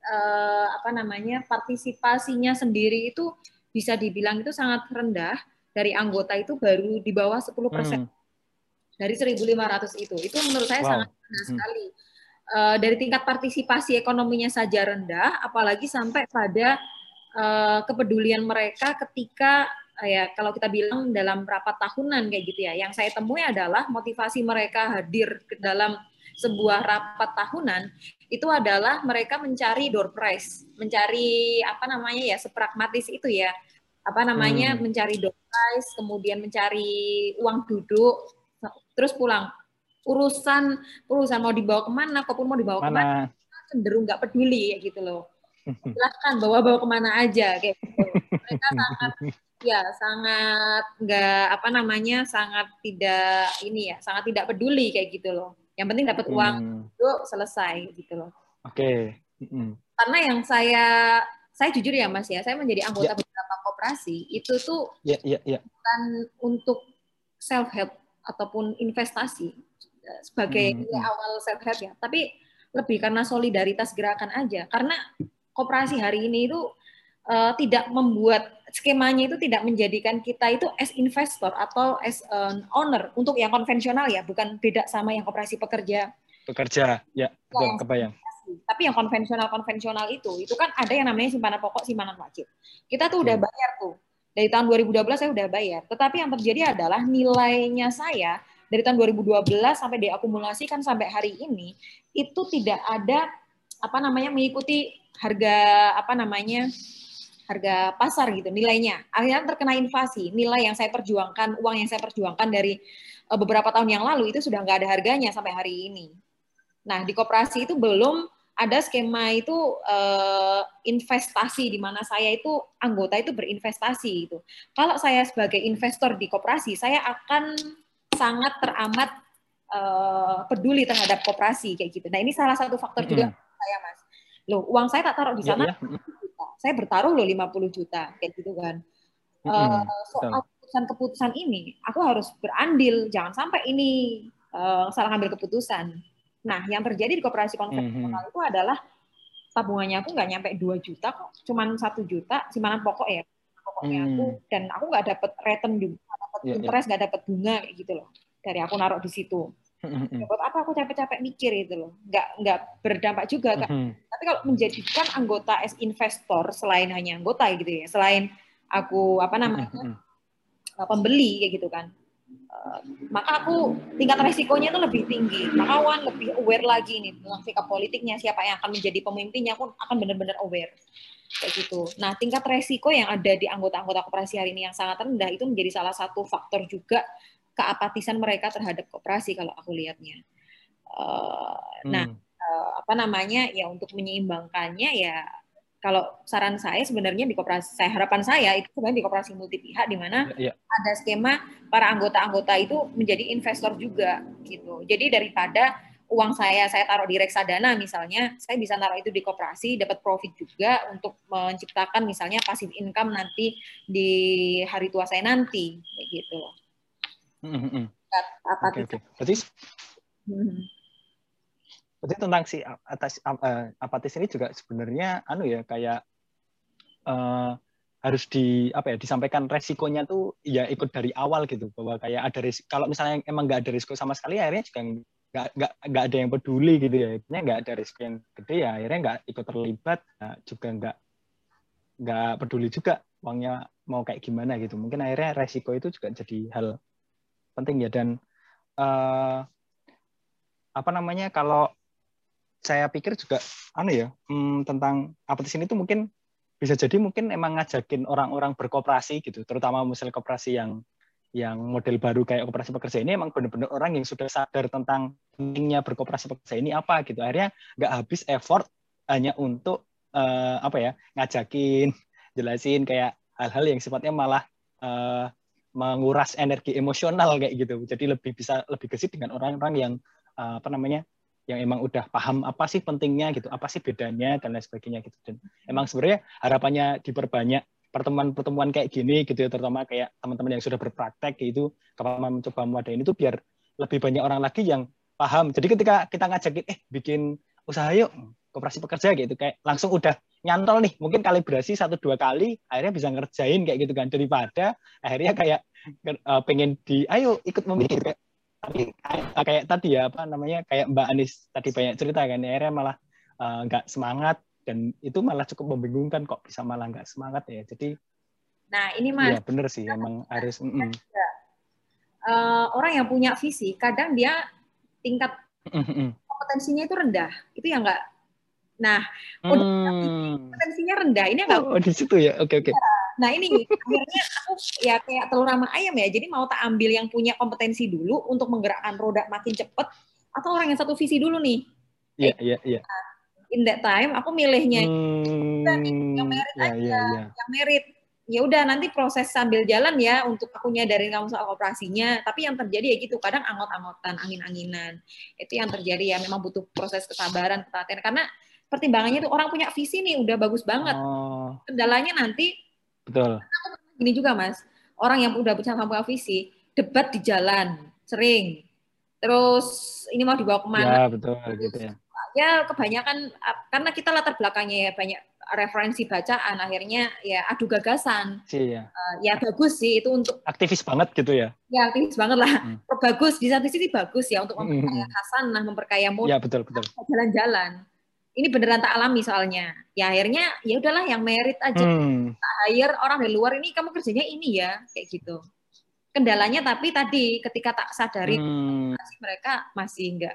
partisipasinya sendiri itu bisa dibilang itu sangat rendah. Dari anggota itu baru di bawah 10%. Dari 1.500 itu menurut saya sangat rendah sekali. Dari tingkat partisipasi ekonominya saja rendah, apalagi sampai pada kepedulian mereka ketika ya kalau kita bilang dalam rapat tahunan kayak gitu ya. Yang saya temui adalah motivasi mereka hadir ke dalam sebuah rapat tahunan itu adalah mereka mencari door prize, mencari sepragmatis itu ya. Mencari door prize, kemudian mencari uang duduk, terus pulang. Urusan mau dibawa kemana, Kopkun mau dibawa kemana, cenderung nggak peduli ya gitu loh. Silahkan bawa kemana aja kayak gitu. Mereka sangat nggak sangat tidak peduli kayak gitu loh. Yang penting dapat uang itu selesai gitu loh. Oke. Karena yang saya jujur ya Mas ya, saya menjadi anggota beberapa koperasi itu tuh bukan untuk self help ataupun investasi sebagai awal self help ya, tapi lebih karena solidaritas gerakan aja. Karena koperasi hari ini itu tidak membuat skemanya itu tidak menjadikan kita itu as investor atau as an owner untuk yang konvensional ya, bukan beda sama yang koperasi pekerja ya, betul, kebayang. Tapi yang konvensional itu kan ada yang namanya simpanan pokok, simpanan wajib. Kita tuh udah bayar tuh. Dari tahun 2012 saya udah bayar. Tetapi yang terjadi adalah nilainya saya dari tahun 2012 sampai diakumulasikan sampai hari ini itu tidak ada mengikuti harga harga pasar gitu nilainya. Akhirnya terkena inflasi. Nilai yang saya perjuangkan, uang yang saya perjuangkan dari beberapa tahun yang lalu itu sudah nggak ada harganya sampai hari ini. Nah, di koperasi itu belum ada skema itu investasi di mana saya itu anggota itu berinvestasi itu. Kalau saya sebagai investor di koperasi, saya akan sangat teramat peduli terhadap koperasi kayak gitu. Nah, ini salah satu faktor juga saya, Mas. Loh, uang saya tak taruh di sana. Saya bertaruh loh 50 juta kayak gitu kan. Soal keputusan ini, aku harus berandil, jangan sampai ini salah ambil keputusan. Nah, yang terjadi di koperasi konvensional itu adalah tabungannya aku nggak nyampe 2 juta kok, cuman 1 juta simpanan pokok ya, pokoknya aku, dan aku nggak dapat return juga, nggak dapat interest, nggak dapat bunga kayak gitu loh, dari aku naruh di situ. Buat apa aku capek-capek mikir itu loh, nggak berdampak juga kan. Tapi kalau menjadikan anggota as investor selain hanya anggota gitu ya, selain aku pembeli kayak gitu kan, maka aku tingkat resikonya itu lebih tinggi, maka Wan lebih aware lagi nih tentang sikap politiknya, siapa yang akan menjadi pemimpinnya, aku akan benar-benar aware kayak gitu. Nah, tingkat resiko yang ada di anggota-anggota koperasi hari ini yang sangat rendah itu menjadi salah satu faktor juga keapatisan mereka terhadap koperasi kalau aku lihatnya. Ya untuk menyeimbangkannya ya kalau saran saya sebenarnya di koperasi, harapan saya itu sebenarnya di koperasi multi pihak di mana ada skema para anggota-anggota itu menjadi investor juga gitu. Jadi daripada uang saya taruh di reksadana misalnya, saya bisa taruh itu di koperasi, dapat profit juga untuk menciptakan misalnya passive income nanti di hari tua saya nanti, kayak gitu loh. Oke. Berarti tentang si apatis ini juga sebenarnya kayak harus disampaikan resikonya tuh ya ikut dari awal gitu, bahwa kayak ada risiko. Kalau misalnya emang nggak ada risiko sama sekali, akhirnya juga nggak ada yang peduli gitu ya. Akhirnya nggak ada risiko yang gede ya, akhirnya nggak ikut terlibat, juga nggak peduli juga uangnya mau kayak gimana gitu. Mungkin akhirnya resiko itu juga jadi hal penting ya. Dan kalau saya pikir juga tentang apatis ini tuh mungkin bisa jadi mungkin emang ngajakin orang-orang berkooperasi gitu, terutama misalnya koperasi yang model baru kayak koperasi pekerja ini emang benar-benar orang yang sudah sadar tentang pentingnya berkooperasi pekerja ini apa gitu. Akhirnya nggak habis effort hanya untuk ngajakin, jelasin kayak hal-hal yang sifatnya malah menguras energi emosional kayak gitu. Jadi lebih gesit dengan orang-orang yang yang emang udah paham apa sih pentingnya gitu, apa sih bedanya dan lain sebagainya gitu. Dan emang sebenarnya harapannya diperbanyak pertemuan-pertemuan kayak gini gitu ya, terutama kayak teman-teman yang sudah berpraktek gitu, kalau mencoba mewadahi itu biar lebih banyak orang lagi yang paham. Jadi ketika kita ngajakin bikin usaha yuk, koperasi pekerja gitu, kayak langsung udah nyantol nih, mungkin kalibrasi 1-2 kali akhirnya bisa ngerjain kayak gitu kan, daripada akhirnya kayak pengen ayo ikut memilih tapi kayak tadi ya kayak Mbak Anis tadi banyak cerita kan, akhirnya malah nggak semangat, dan itu malah cukup membingungkan kok bisa malah nggak semangat ya. Jadi ini Mas, ya bener sih emang harus orang yang punya visi kadang dia tingkat kompetensinya itu rendah, itu ya nggak. Nah, kompetensinya rendah ini nggak. Di situ ya, oke. Nah ini akhirnya aku ya kayak telur sama ayam ya. Jadi mau tak ambil yang punya kompetensi dulu untuk menggerakkan roda makin cepat, atau orang yang satu visi dulu nih. Iya. In that time aku milihnya yang merit aja, yang merit. Ya udah nanti proses sambil jalan ya untuk aku nyadarin kamu soal operasinya. Tapi yang terjadi ya gitu, kadang angot-angotan, angin-anginan. Itu yang terjadi ya, memang butuh proses kesabaran, ketelatenan. Karena pertimbangannya tuh orang punya visi nih udah bagus banget. Kendalanya nanti betul. Ini juga Mas, orang yang udah punya visi, debat di jalan sering. Terus ini mau dibawa kemana? Ya betul gitu ya. Ya kebanyakan karena kita latar belakangnya ya banyak referensi bacaan, akhirnya ya adu gagasan. Ya bagus sih itu untuk aktivis banget gitu ya. Ya aktivis banget lah. Bagus di satu sisi bagus ya untuk memperkaya khasanah, memperkaya mood. Ya betul. Jalan-jalan. Ini beneran tak alami soalnya. Ya akhirnya ya udahlah yang merit aja. Tak hire orang dari luar, ini kamu kerjanya ini ya, kayak gitu. Kendalanya tapi tadi ketika tak sadari mereka masih enggak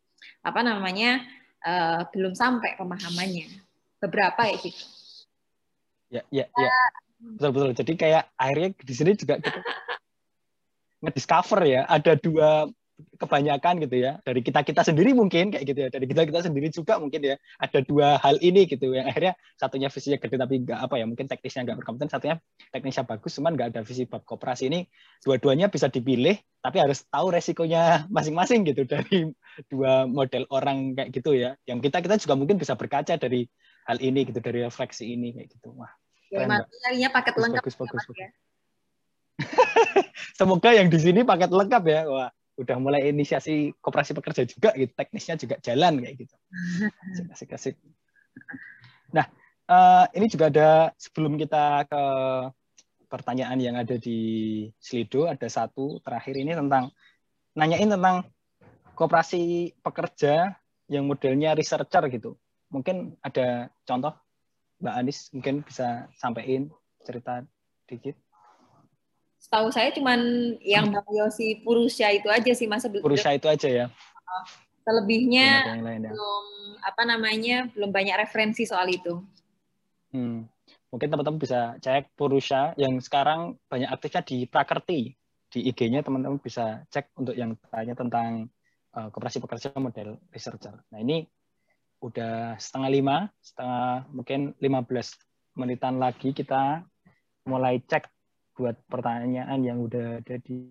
belum sampai pemahamannya. Beberapa ya gitu. Ya. Betul. Jadi kayak akhirnya di sini juga kita ngediscover ya, ada dua kebanyakan gitu ya, dari kita sendiri mungkin kayak gitu ya, dari kita sendiri juga mungkin ya, ada dua hal ini gitu yang akhirnya satunya visinya gede tapi nggak mungkin teknisnya nggak berkompeten, satunya teknisnya bagus cuman nggak ada visi bab koperasi. Ini dua-duanya bisa dipilih tapi harus tahu resikonya masing-masing gitu dari dua model orang kayak gitu ya, yang kita juga mungkin bisa berkaca dari hal ini gitu, dari refleksi ini kayak gitu. Wah ya, materinya paket lengkap bagus. Ya. Semoga yang di sini paket lengkap ya. Wah, udah mulai inisiasi koperasi pekerja juga gitu, teknisnya juga jalan kayak gitu. Asik. Nah, ini juga ada, sebelum kita ke pertanyaan yang ada di Slido, ada satu terakhir ini nanyain tentang koperasi pekerja yang modelnya researcher gitu. Mungkin ada contoh, Mbak Anis mungkin bisa sampaikan cerita dikit. Setahu saya cuman yang Bang Yosi Purusya itu aja sih Mas. Purusya itu aja ya. Selebihnya lain, belum banyak referensi soal itu. Mungkin teman-teman bisa cek Purusya yang sekarang banyak aktifnya di Prakerti. Di IG-nya teman-teman bisa cek untuk yang tanya tentang koperasi pekerja model researcher. Nah ini udah setengah mungkin 15 menitan lagi kita mulai cek buat pertanyaan yang udah ada di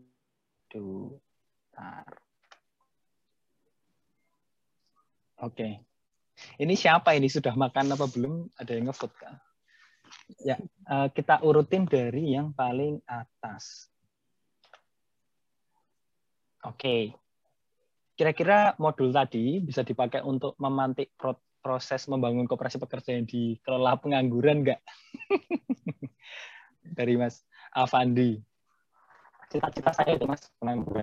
Oke. Ini siapa ini? Sudah makan apa belum? Ada yang ngevote kan? Ya, kita urutin dari yang paling atas. Oke. Kira-kira modul tadi bisa dipakai untuk memantik proses membangun koperasi pekerja yang dikelola pengangguran nggak? Dari Mas Avandi. Cita-cita saya itu Mas, pengangguran.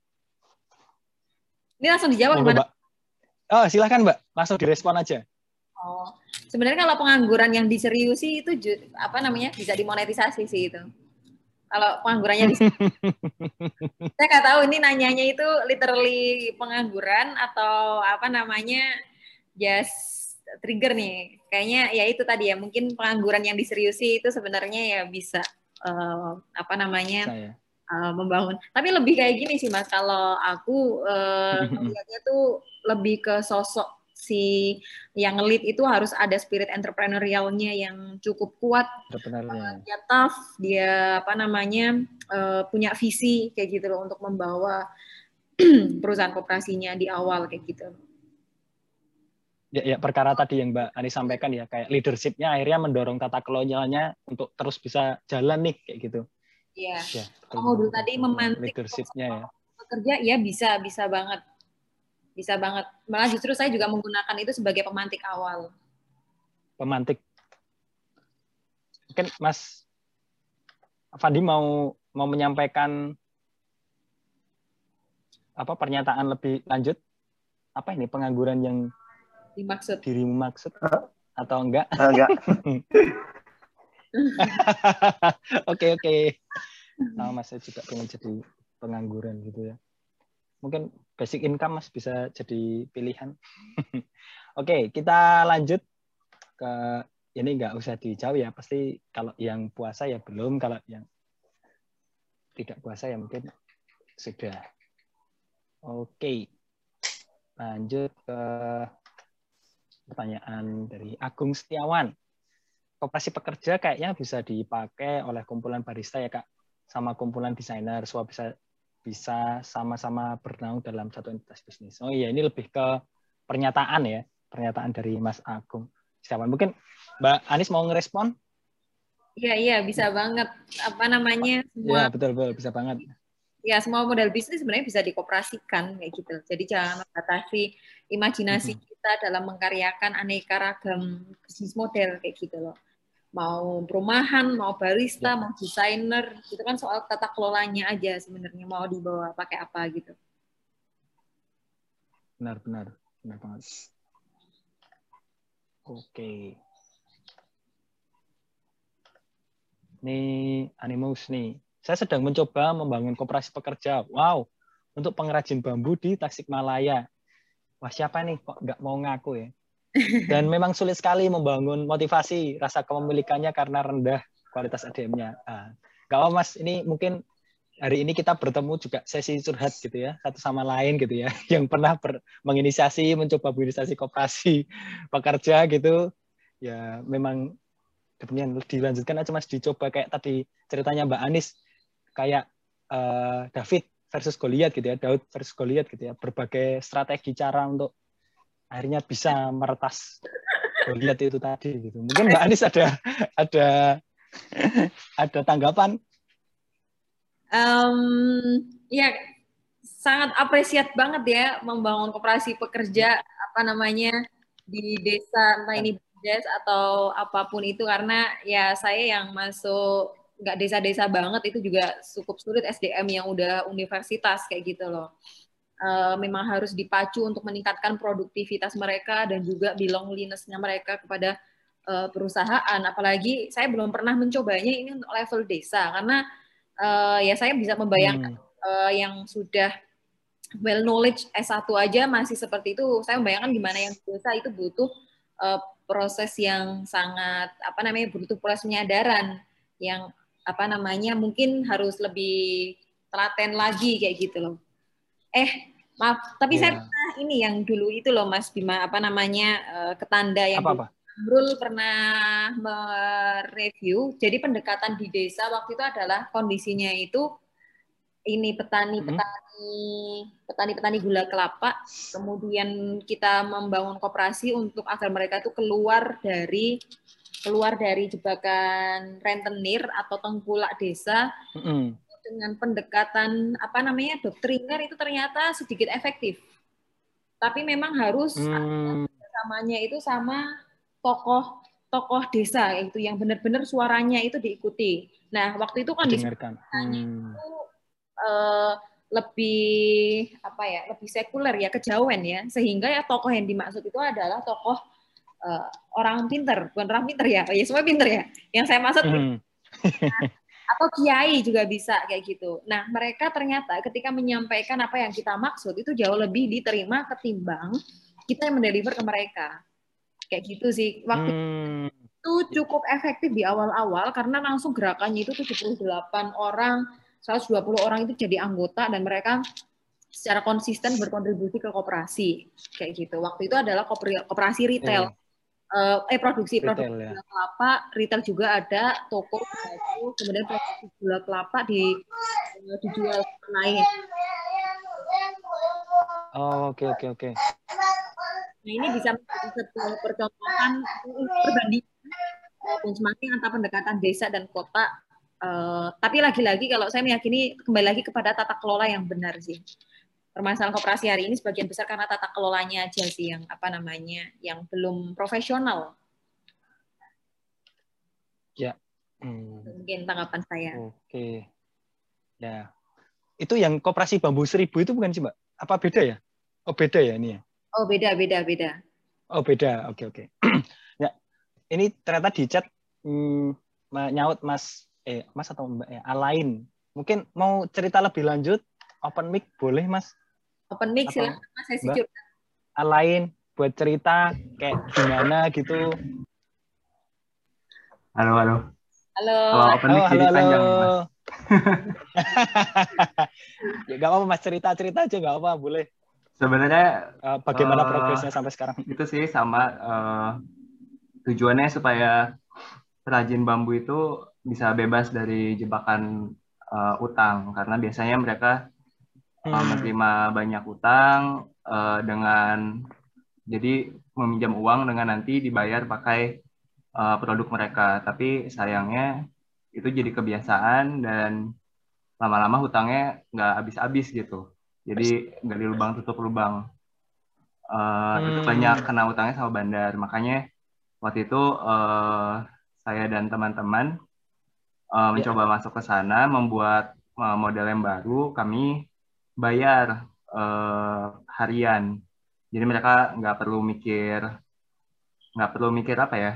Ini langsung dijawab gimana? Mbak. Oh, silakan Mbak, langsung direspon aja. Oh, sebenarnya kalau pengangguran yang diseriusi itu bisa dimonetisasi sih itu. Kalau penganggurannya saya nggak tahu ini nanyanya itu literally pengangguran atau just trigger nih. Kayaknya ya itu tadi ya, mungkin pengangguran yang diseriusi itu sebenarnya ya bisa membangun. Tapi lebih kayak gini sih Mas, kalau aku melihatnya tuh lebih ke sosok si yang lead itu harus ada spirit entrepreneurialnya yang cukup kuat. Dia tough, dia punya visi kayak gitu loh untuk membawa perusahaan koperasinya di awal kayak gitu. Ya, perkara tadi yang Mbak Ani sampaikan ya, kayak leadership-nya akhirnya mendorong tata kelolanya untuk terus bisa jalan nih kayak gitu. Iya. Ya, modul tadi memantik leadership-nya ya. Pekerja ya bisa banget. Bisa banget. Malah justru saya juga menggunakan itu sebagai pemantik awal. Pemantik. Mungkin Mas Fandi mau menyampaikan apa pernyataan lebih lanjut? Apa ini pengangguran yang dirimu maksud atau enggak? Enggak. Oke. Nah, Mas saya juga pengen jadi pengangguran gitu ya. Mungkin basic income Mas bisa jadi pilihan. Oke, kita lanjut ke ini nggak usah dijawab ya. Pasti kalau yang puasa ya belum, kalau yang tidak puasa ya mungkin sudah. Oke. Lanjut ke pertanyaan dari Agung Setiawan. Koperasi pekerja kayaknya bisa dipakai oleh kumpulan barista ya Kak, sama kumpulan desainer, bisa sama-sama bernaung dalam satu entitas bisnis. Oh iya, ini lebih ke pernyataan ya, pernyataan dari Mas Agung Setiawan. Mungkin Mbak Anis mau ngerespon? Iya, bisa banget. Semua. Iya, betul, bisa banget. Ya, semua model bisnis sebenarnya bisa dikoperasikan kayak gitu. Jadi jangan membatasi imajinasi kita dalam mengkaryakan aneka ragam bisnis model kayak gitu loh. Mau perumahan, mau barista, mau desainer, itu kan soal tata kelolanya aja sebenarnya, mau dibawa pakai apa gitu. Benar banget. Oke. Ini Animus nih. Saya sedang mencoba membangun koperasi pekerja. Wow, untuk pengrajin bambu di Tasikmalaya. Wah, siapa nih kok nggak mau ngaku ya? Dan memang sulit sekali membangun motivasi rasa kepemilikannya karena rendah kualitas SDM-nya. Nggak apa Mas, ini mungkin hari ini kita bertemu juga sesi curhat gitu ya, satu sama lain gitu ya, yang pernah mencoba menginisiasi koperasi pekerja gitu. Ya memang dilanjutkan aja Mas, dicoba kayak tadi ceritanya Mbak Anis, kayak David versus Goliat gitu ya, Daud versus Goliat gitu ya, berbagai strategi cara untuk akhirnya bisa meretas Goliat itu tadi gitu. Mungkin Mbak Anis ada tanggapan? Ya sangat apresiat banget ya membangun koperasi pekerja di desa, entah ini BUMDes atau apapun itu, karena ya saya yang masuk nggak desa-desa banget itu juga cukup sulit SDM yang udah universitas kayak gitu loh. Memang harus dipacu untuk meningkatkan produktivitas mereka dan juga belongingness-nya mereka kepada perusahaan. Apalagi saya belum pernah mencobanya ini untuk level desa, karena ya saya bisa membayangkan yang sudah well knowledge S1 aja masih seperti itu. Saya membayangkan gimana yang desa itu butuh proses yang sangat butuh proses penyadaran yang mungkin harus lebih telaten lagi kayak gitu loh. Maaf, tapi saya Ya. pernah ini yang dulu itu loh Mas Bima, apa namanya, Ketanda yang dulu Apa-apa? Amrul pernah mereview. Jadi pendekatan di desa waktu itu adalah kondisinya itu ini petani gula kelapa, kemudian kita membangun koperasi untuk agar mereka itu keluar dari jebakan rentenir atau tengkulak desa dengan pendekatan apa namanya doktriner itu ternyata sedikit efektif. Tapi memang harus samanya itu sama tokoh desa itu yang benar-benar suaranya itu diikuti. Nah, waktu itu kondisi itu lebih apa ya, lebih sekuler ya, kejawen ya, sehingga ya tokoh yang dimaksud itu adalah tokoh orang pinter, bukan orang pinter ya, ya semua pinter ya. Yang saya maksud atau kiai juga bisa kayak gitu. Nah, mereka ternyata ketika menyampaikan apa yang kita maksud itu jauh lebih diterima ketimbang kita yang mendeliver ke mereka. Kayak gitu sih. Waktu itu cukup efektif di awal-awal karena langsung gerakannya itu 78 orang, 120 orang itu jadi anggota dan mereka secara konsisten berkontribusi ke koperasi. Kayak gitu. Waktu itu adalah koperasi retail. Produksi retail, ya. gula kelapa, retail juga ada, toko baju, kemudian produksi gula kelapa dijual naik. Oh, oke. Nah, ini bisa menjadi sebuah percontohan perbandingan benchmarking antara pendekatan desa dan kota. Tapi lagi-lagi kalau saya meyakini kembali lagi kepada tata kelola yang benar sih. Permasalahan koperasi hari ini sebagian besar karena tata kelolanya aja sih yang apa namanya yang belum profesional. Ya. Mungkin tanggapan saya. Oke. Ya. Itu yang koperasi bambu 1000 itu bukan sih, Mbak? Apa beda ya? Oh, beda ya ini ya? Oh, beda. Oh, beda. Oke. Ya, ini ternyata di chat nyaut Mas atau Mbak ya, Alain. Mungkin mau cerita lebih lanjut, open mic boleh, Mas? Open mic silahkan Mas, saya Mbak Alain buat cerita kayak gimana gitu. Halo. Halo. Open mic jadi panjang nih, Mas. Ya nggak apa-apa, Mas, cerita aja nggak apa, boleh. Sebenarnya bagaimana progresnya sampai sekarang? Itu sih sama tujuannya supaya perajin bambu itu bisa bebas dari jebakan utang, karena biasanya mereka menerima banyak utang dengan jadi meminjam uang dengan nanti dibayar pakai produk mereka. Tapi sayangnya itu jadi kebiasaan dan lama-lama hutangnya nggak habis-habis gitu. Jadi gali lubang tutup lubang. Itu banyak kena utangnya sama bandar. Makanya waktu itu saya dan teman-teman mencoba masuk ke sana, membuat model yang baru. Kami bayar harian. Jadi mereka nggak perlu mikir apa ya,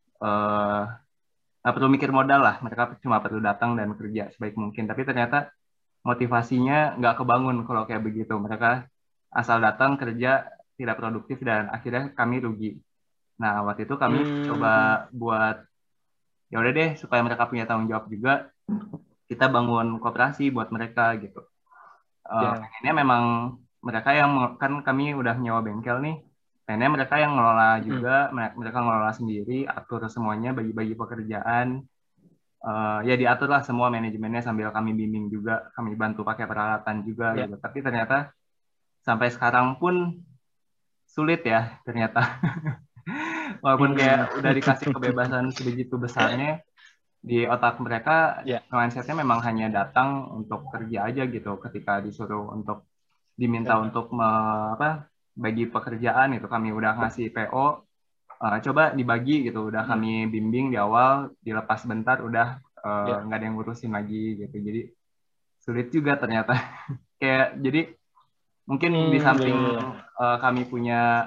nggak perlu mikir modal lah. Mereka cuma perlu datang dan kerja sebaik mungkin. Tapi ternyata motivasinya nggak kebangun kalau kayak begitu. Mereka asal datang kerja tidak produktif dan akhirnya kami rugi. Nah, waktu itu kami coba buat ya udah deh supaya mereka punya tanggung jawab juga, kita bangun koperasi buat mereka gitu. Pengennya memang mereka yang kan kami udah nyewa bengkel nih, pengennya mereka yang ngelola juga, mereka ngelola sendiri, atur semuanya, bagi-bagi pekerjaan. Ya diaturlah semua manajemennya sambil kami bimbing juga, kami bantu pakai peralatan juga gitu. Tapi ternyata sampai sekarang pun sulit ya ternyata. Walaupun kayak udah dikasih kebebasan sebegitu besarnya, di otak mereka mindsetnya memang hanya datang untuk kerja aja gitu. Ketika disuruh untuk diminta untuk bagi pekerjaan itu, kami udah ngasih PO, coba dibagi gitu, udah kami bimbing di awal, dilepas bentar udah nggak ada yang ngurusin lagi gitu. Jadi sulit juga ternyata. Kayak jadi mungkin di samping kami punya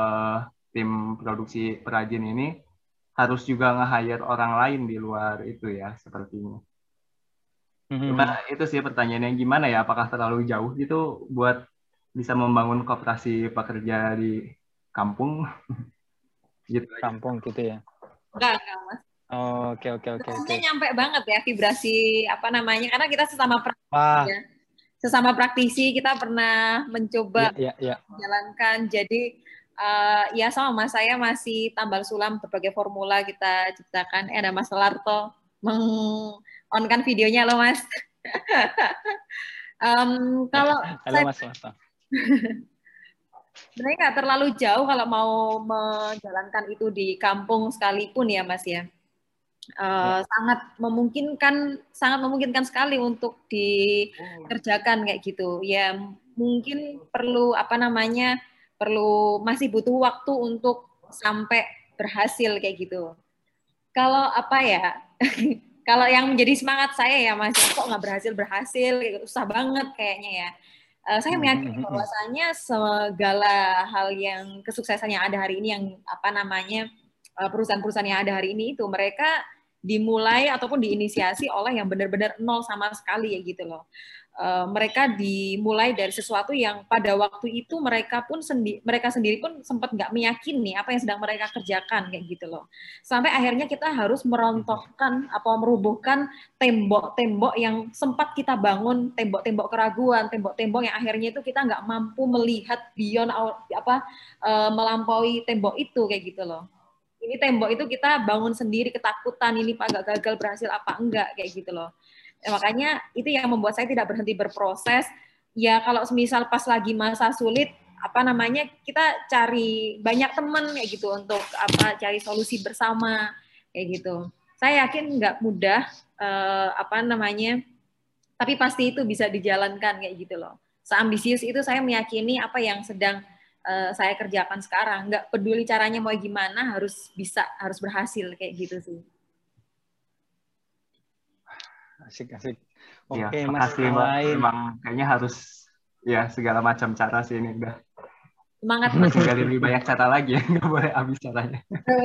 tim produksi perajin ini, harus juga nge-hire orang lain di luar itu ya, sepertinya. Cuma itu sih pertanyaannya, gimana ya, apakah terlalu jauh gitu buat bisa membangun koperasi pekerja di kampung? Gitu kampung gitu ya? Enggak, Mas. Oke. Nyampe banget ya vibrasi apa namanya, karena kita sesama perajin ya. sesama praktisi kita pernah mencoba menjalankan. Jadi ya sama Mas, saya masih tambal sulam berbagai formula kita ciptakan. Ada Mas Larto meng-on-kan videonya loh Mas. Kalau halo Mas Larto. Sebenarnya nggak terlalu jauh kalau mau menjalankan itu di kampung sekalipun ya Mas ya. Sangat memungkinkan sekali untuk dikerjakan kayak gitu. Ya mungkin perlu masih butuh waktu untuk sampai berhasil kayak gitu. Kalau kalau yang menjadi semangat saya ya Mas, kok nggak berhasil, susah banget kayaknya ya. Saya meyakini bahwasanya segala hal yang kesuksesan yang ada hari ini, yang perusahaan-perusahaan yang ada hari ini itu mereka dimulai ataupun diinisiasi oleh yang benar-benar nol sama sekali ya gitu loh. Mereka dimulai dari sesuatu yang pada waktu itu mereka sendiri pun sempat nggak meyakini apa yang sedang mereka kerjakan kayak gitu loh. Sampai akhirnya kita harus merontokkan atau merubuhkan tembok-tembok yang sempat kita bangun, tembok-tembok keraguan, tembok-tembok yang akhirnya itu kita nggak mampu melihat beyond melampaui tembok itu kayak gitu loh. Ini tembok itu kita bangun sendiri, ketakutan ini agak gagal berhasil apa enggak kayak gitu loh. Makanya itu yang membuat saya tidak berhenti berproses. Ya kalau semisal pas lagi masa sulit, kita cari banyak teman kayak gitu untuk cari solusi bersama kayak gitu. Saya yakin nggak mudah, tapi pasti itu bisa dijalankan kayak gitu loh. Seambisius itu saya meyakini apa yang sedang saya kerjakan sekarang. Nggak peduli caranya mau gimana, harus berhasil kayak gitu sih. Asik. Oke, ya, Mas, Mbak. Memang kayaknya harus ya segala macam cara sih ini udah. Semangat Mas. Gali lebih banyak cara lagi ya, nggak boleh habis caranya.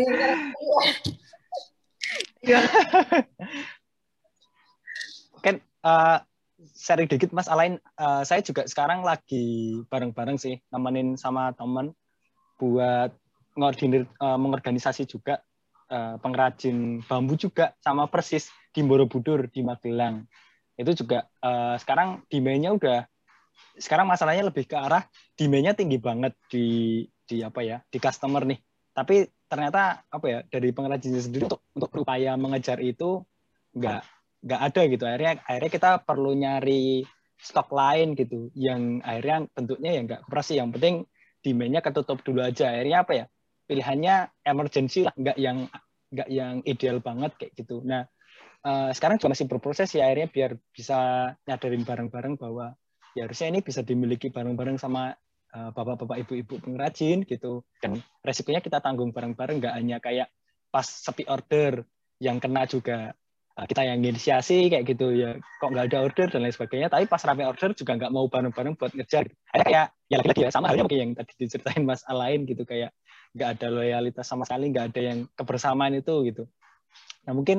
Kan sharing dikit Mas Alain, saya juga sekarang lagi bareng-bareng sih nemenin sama teman buat mengorganisasi juga pengrajin bambu juga sama persis di Borobudur di Magelang. Itu juga sekarang demand-nya sekarang masalahnya lebih ke arah demand-nya tinggi banget di customer nih. Tapi ternyata dari pengrajinnya sendiri untuk berupaya mengejar itu nggak ada gitu. Akhirnya kita perlu nyari stok lain gitu yang akhirnya bentuknya ya nggak koperasi, yang penting demand-nya ketutup dulu aja. Akhirnya pilihannya emergency lah, nggak yang ideal banget kayak gitu. Nah sekarang juga masih berproses ya, akhirnya biar bisa nyadarin bareng-bareng bahwa ya harusnya ini bisa dimiliki bareng-bareng sama bapak-bapak, ibu-ibu pengrajin gitu. Dan resikonya kita tanggung bareng-bareng, nggak hanya kayak pas sepi order yang kena juga kita yang inisiasi kayak gitu ya, kok nggak ada order dan lain sebagainya, tapi pas rame order juga nggak mau bareng-bareng buat ngejar. Kayak ya lagi-lagi ya sama halnya mungkin yang tadi diceritain Mas Alain gitu, kayak nggak ada loyalitas sama sekali, nggak ada yang kebersamaan itu gitu. Nah mungkin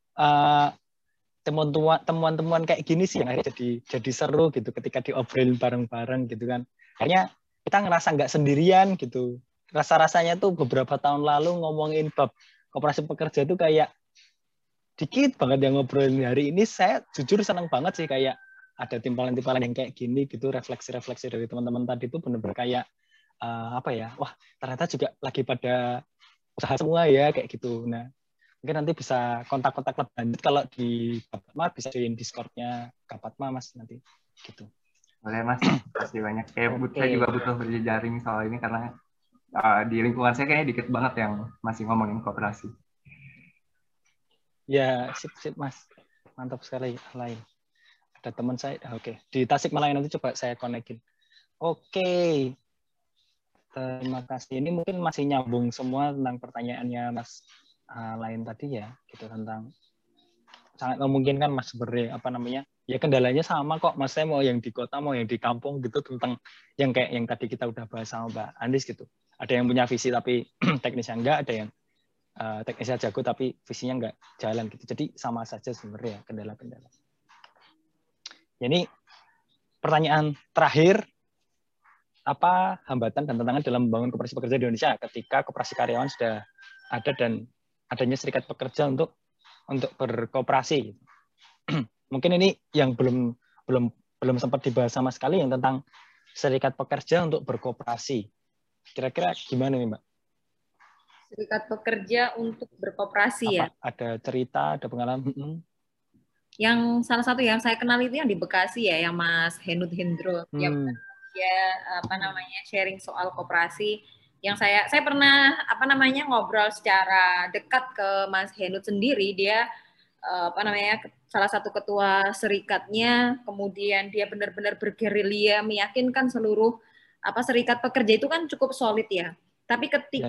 temuan-temuan kayak gini sih yang akhirnya jadi seru gitu ketika diobrolin bareng-bareng gitu kan. Akhirnya kita ngerasa nggak sendirian gitu. Rasa-rasanya tuh beberapa tahun lalu ngomongin bab koperasi pekerja itu kayak dikit banget yang ngobrolin. Hari ini saya jujur senang banget sih, kayak ada timpalan-timpalan yang kayak gini gitu, refleksi-refleksi dari teman-teman tadi itu benar-benar kayak wah ternyata juga lagi pada usaha semua ya kayak gitu. Nah mungkin nanti bisa kontak-kontak lebih lanjut kalau di Kapatma, bisa join Discord-nya Kapatma Mas nanti gitu. Boleh Mas, pasti banyak. Saya juga butuh berjejaring soal ini karena di lingkungan saya kayaknya dikit banget yang masih ngomongin koperasi. Ya, sip Mas. Mantap sekali lain. Ada teman saya, oke. Di Tasikmalaya nanti coba saya konekin. Oke. Terima kasih. Ini mungkin masih nyambung semua tentang pertanyaannya Mas lain tadi ya, gitu, tentang sangat memungkinkan Mas sebenarnya ya kendalanya sama kok Mas, saya mau yang di kota mau yang di kampung gitu, tentang yang kayak yang tadi kita udah bahas sama Mbak Andis gitu. Ada yang punya visi tapi teknisnya enggak, ada yang teknisnya jago tapi visinya enggak jalan gitu. Jadi sama saja sebenarnya kendala-kendala. Jadi pertanyaan terakhir, apa hambatan dan tantangan dalam membangun koperasi pekerja di Indonesia ketika koperasi karyawan sudah ada dan adanya serikat pekerja untuk berkooperasi? Mungkin ini yang belum belum sempat dibahas sama sekali yang tentang serikat pekerja untuk berkoperasi. Kira-kira gimana nih, Mbak? Serikat pekerja untuk berkoperasi ya. Ada cerita, ada pengalaman? Yang salah satu yang saya kenal itu yang di Bekasi ya, yang Mas Henut Hendro. Yang dia sharing soal koperasi. Yang saya pernah ngobrol secara dekat ke Mas Henut sendiri. Dia salah satu ketua serikatnya, kemudian dia benar-benar bergerilya meyakinkan seluruh serikat pekerja itu kan cukup solid ya. Tapi ketika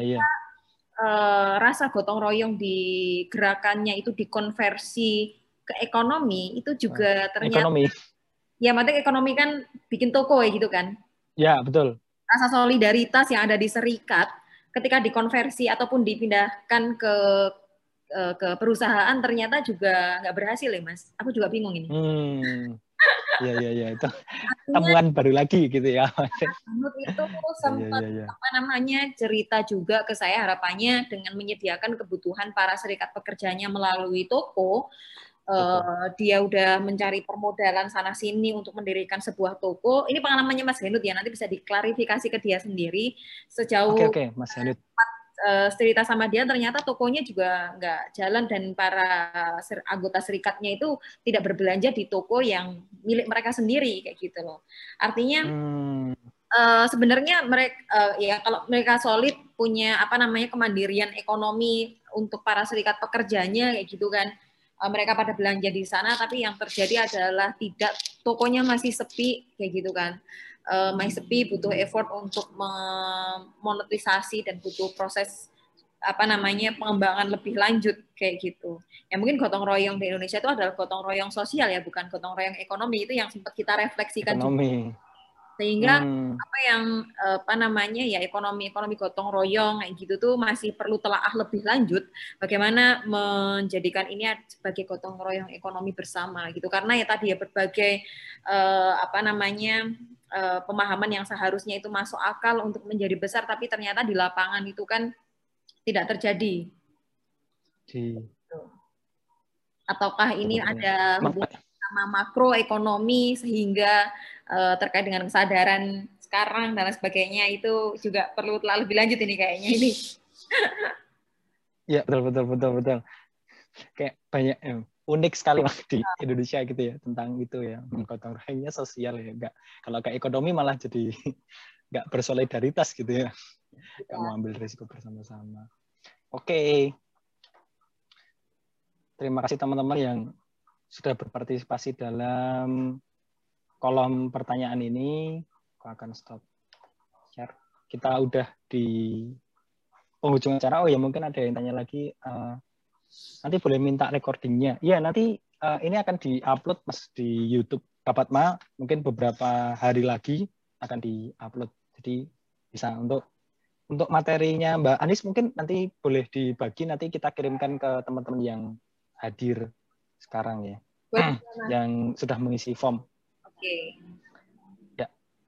rasa gotong royong di gerakannya itu dikonversi ke ekonomi, itu juga ternyata ekonomi. Ya, maksudnya ekonomi kan bikin toko ya gitu kan. Ya, betul. Rasa solidaritas yang ada di serikat ketika dikonversi ataupun dipindahkan ke perusahaan ternyata juga nggak berhasil ya, Mas. Aku juga bingung ini. Iya, itu temuan baru lagi gitu ya. Menurut itu sempat cerita juga ke saya, harapannya dengan menyediakan kebutuhan para serikat pekerjanya melalui toko, dia udah mencari permodalan sana sini untuk mendirikan sebuah toko. Ini pengalamannya Mas Henut ya, nanti bisa diklarifikasi ke dia sendiri sejauh Oke, Mas Henut. Cerita sama dia, ternyata tokonya juga nggak jalan dan para anggota serikatnya itu tidak berbelanja di toko yang milik mereka sendiri kayak gitu loh. Artinya sebenarnya mereka kalau mereka solid punya kemandirian ekonomi untuk para serikat pekerjanya kayak gitu kan, mereka pada belanja di sana, tapi yang terjadi adalah tidak, tokonya masih sepi kayak gitu kan. Masih sepi, butuh effort untuk memonetisasi dan butuh proses pengembangan lebih lanjut kayak gitu. Ya mungkin gotong royong di Indonesia itu adalah gotong royong sosial ya, bukan gotong royong ekonomi, itu yang sempat kita refleksikan ekonomi juga. Sehingga ekonomi gotong royong kayak gitu tuh masih perlu telaah lebih lanjut bagaimana menjadikan ini sebagai gotong royong ekonomi bersama gitu, karena ya tadi ya berbagai pemahaman yang seharusnya itu masuk akal untuk menjadi besar, tapi ternyata di lapangan itu kan tidak terjadi. Ataukah ini ada hubungan sama makroekonomi sehingga terkait dengan kesadaran sekarang dan sebagainya, itu juga perlu telah lebih lanjut ini kayaknya ini. Ya, betul. Kayak banyak unik sekali di Indonesia gitu ya tentang itu ya, gotong royongnya sosial ya, enggak, kalau kayak ekonomi malah jadi enggak bersolidaritas gitu ya, enggak mau ambil risiko bersama-sama. Oke. Terima kasih teman-teman yang sudah berpartisipasi dalam kolom pertanyaan ini. Aku akan stop share. Kita udah di penghujung acara. Oh ya, mungkin ada yang tanya lagi. Nanti boleh minta recordingnya. Iya, nanti ini akan di-upload Mas di YouTube Bapatma. Mungkin beberapa hari lagi akan di-upload. Jadi bisa untuk materinya Mbak Anis mungkin nanti boleh dibagi, nanti kita kirimkan ke teman-teman yang hadir sekarang ya. Yang sudah mengisi form. Oke. Ya.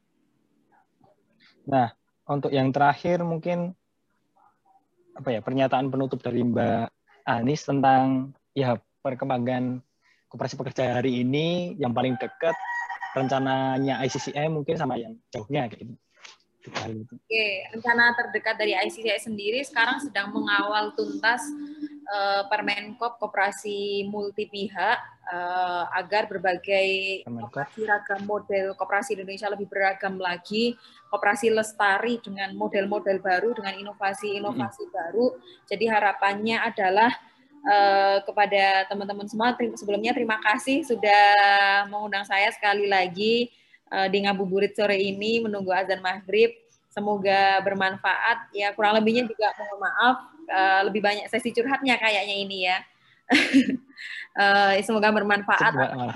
Nah, untuk yang terakhir mungkin pernyataan penutup dari Mbak Anis tentang ya perkembangan koperasi pekerja hari ini, yang paling dekat rencananya ICCI mungkin sama yang jauhnya kayak gitu. Oke, rencana terdekat dari ICCI sendiri sekarang sedang mengawal tuntas Permenkop Koperasi Multipihak agar berbagai koperasi ragam model koperasi Indonesia lebih beragam lagi, koperasi lestari dengan model-model baru, dengan inovasi-inovasi baru. Jadi harapannya adalah kepada teman-teman semua, sebelumnya terima kasih sudah mengundang saya sekali lagi di Ngabuburit sore ini menunggu azan maghrib. Semoga bermanfaat. Ya kurang lebihnya juga mohon maaf, lebih banyak sesi curhatnya kayaknya ini ya. Semoga bermanfaat.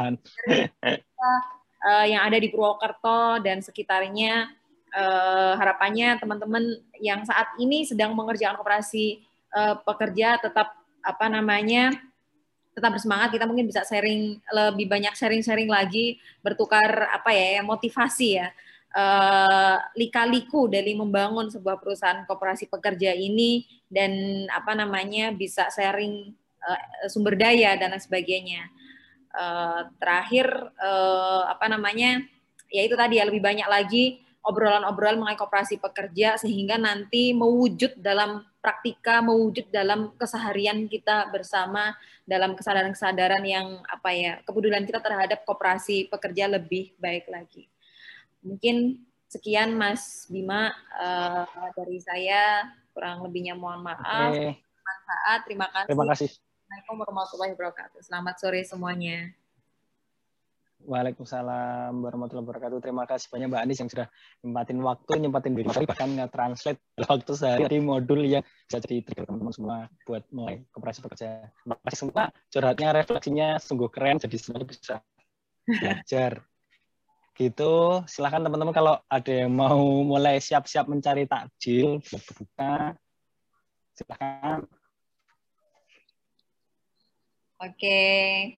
Yang ada di Purwokerto dan sekitarnya. Harapannya teman-teman yang saat ini sedang mengerjakan koperasi pekerja tetap tetap bersemangat. Kita mungkin bisa sharing, lebih banyak sharing-sharing lagi, bertukar motivasi ya. Lika-liku dari membangun sebuah perusahaan koperasi pekerja ini, dan bisa sharing sumber daya dan lain sebagainya. terakhir apa namanya, ya itu tadi ya, lebih banyak lagi obrolan-obrolan mengenai koperasi pekerja sehingga nanti mewujud dalam praktika, mewujud dalam keseharian kita bersama, dalam kesadaran-kesadaran yang apa ya, kepedulian kita terhadap koperasi pekerja lebih baik lagi. Mungkin sekian Mas Bima dari saya, kurang lebihnya mohon maaf. Manfaat, terima kasih. Terima kasih. Assalamualaikum warahmatullahi wabarakatuh. Selamat sore semuanya. Waalaikumsalam warahmatullahi wabarakatuh. Terima kasih banyak Mbak Anis yang sudah nyempatin diri, bahkan nge-translate waktu sehari di modul yang bisa jadi trigger teman-teman semua buat mulai koperasi pekerja. Terima kasih semua, curhatnya, refleksinya sungguh keren, jadi semuanya bisa belajar. Gitu, silahkan teman-teman kalau ada yang mau mulai siap-siap mencari takjil buat berbuka, silahkan. Oke.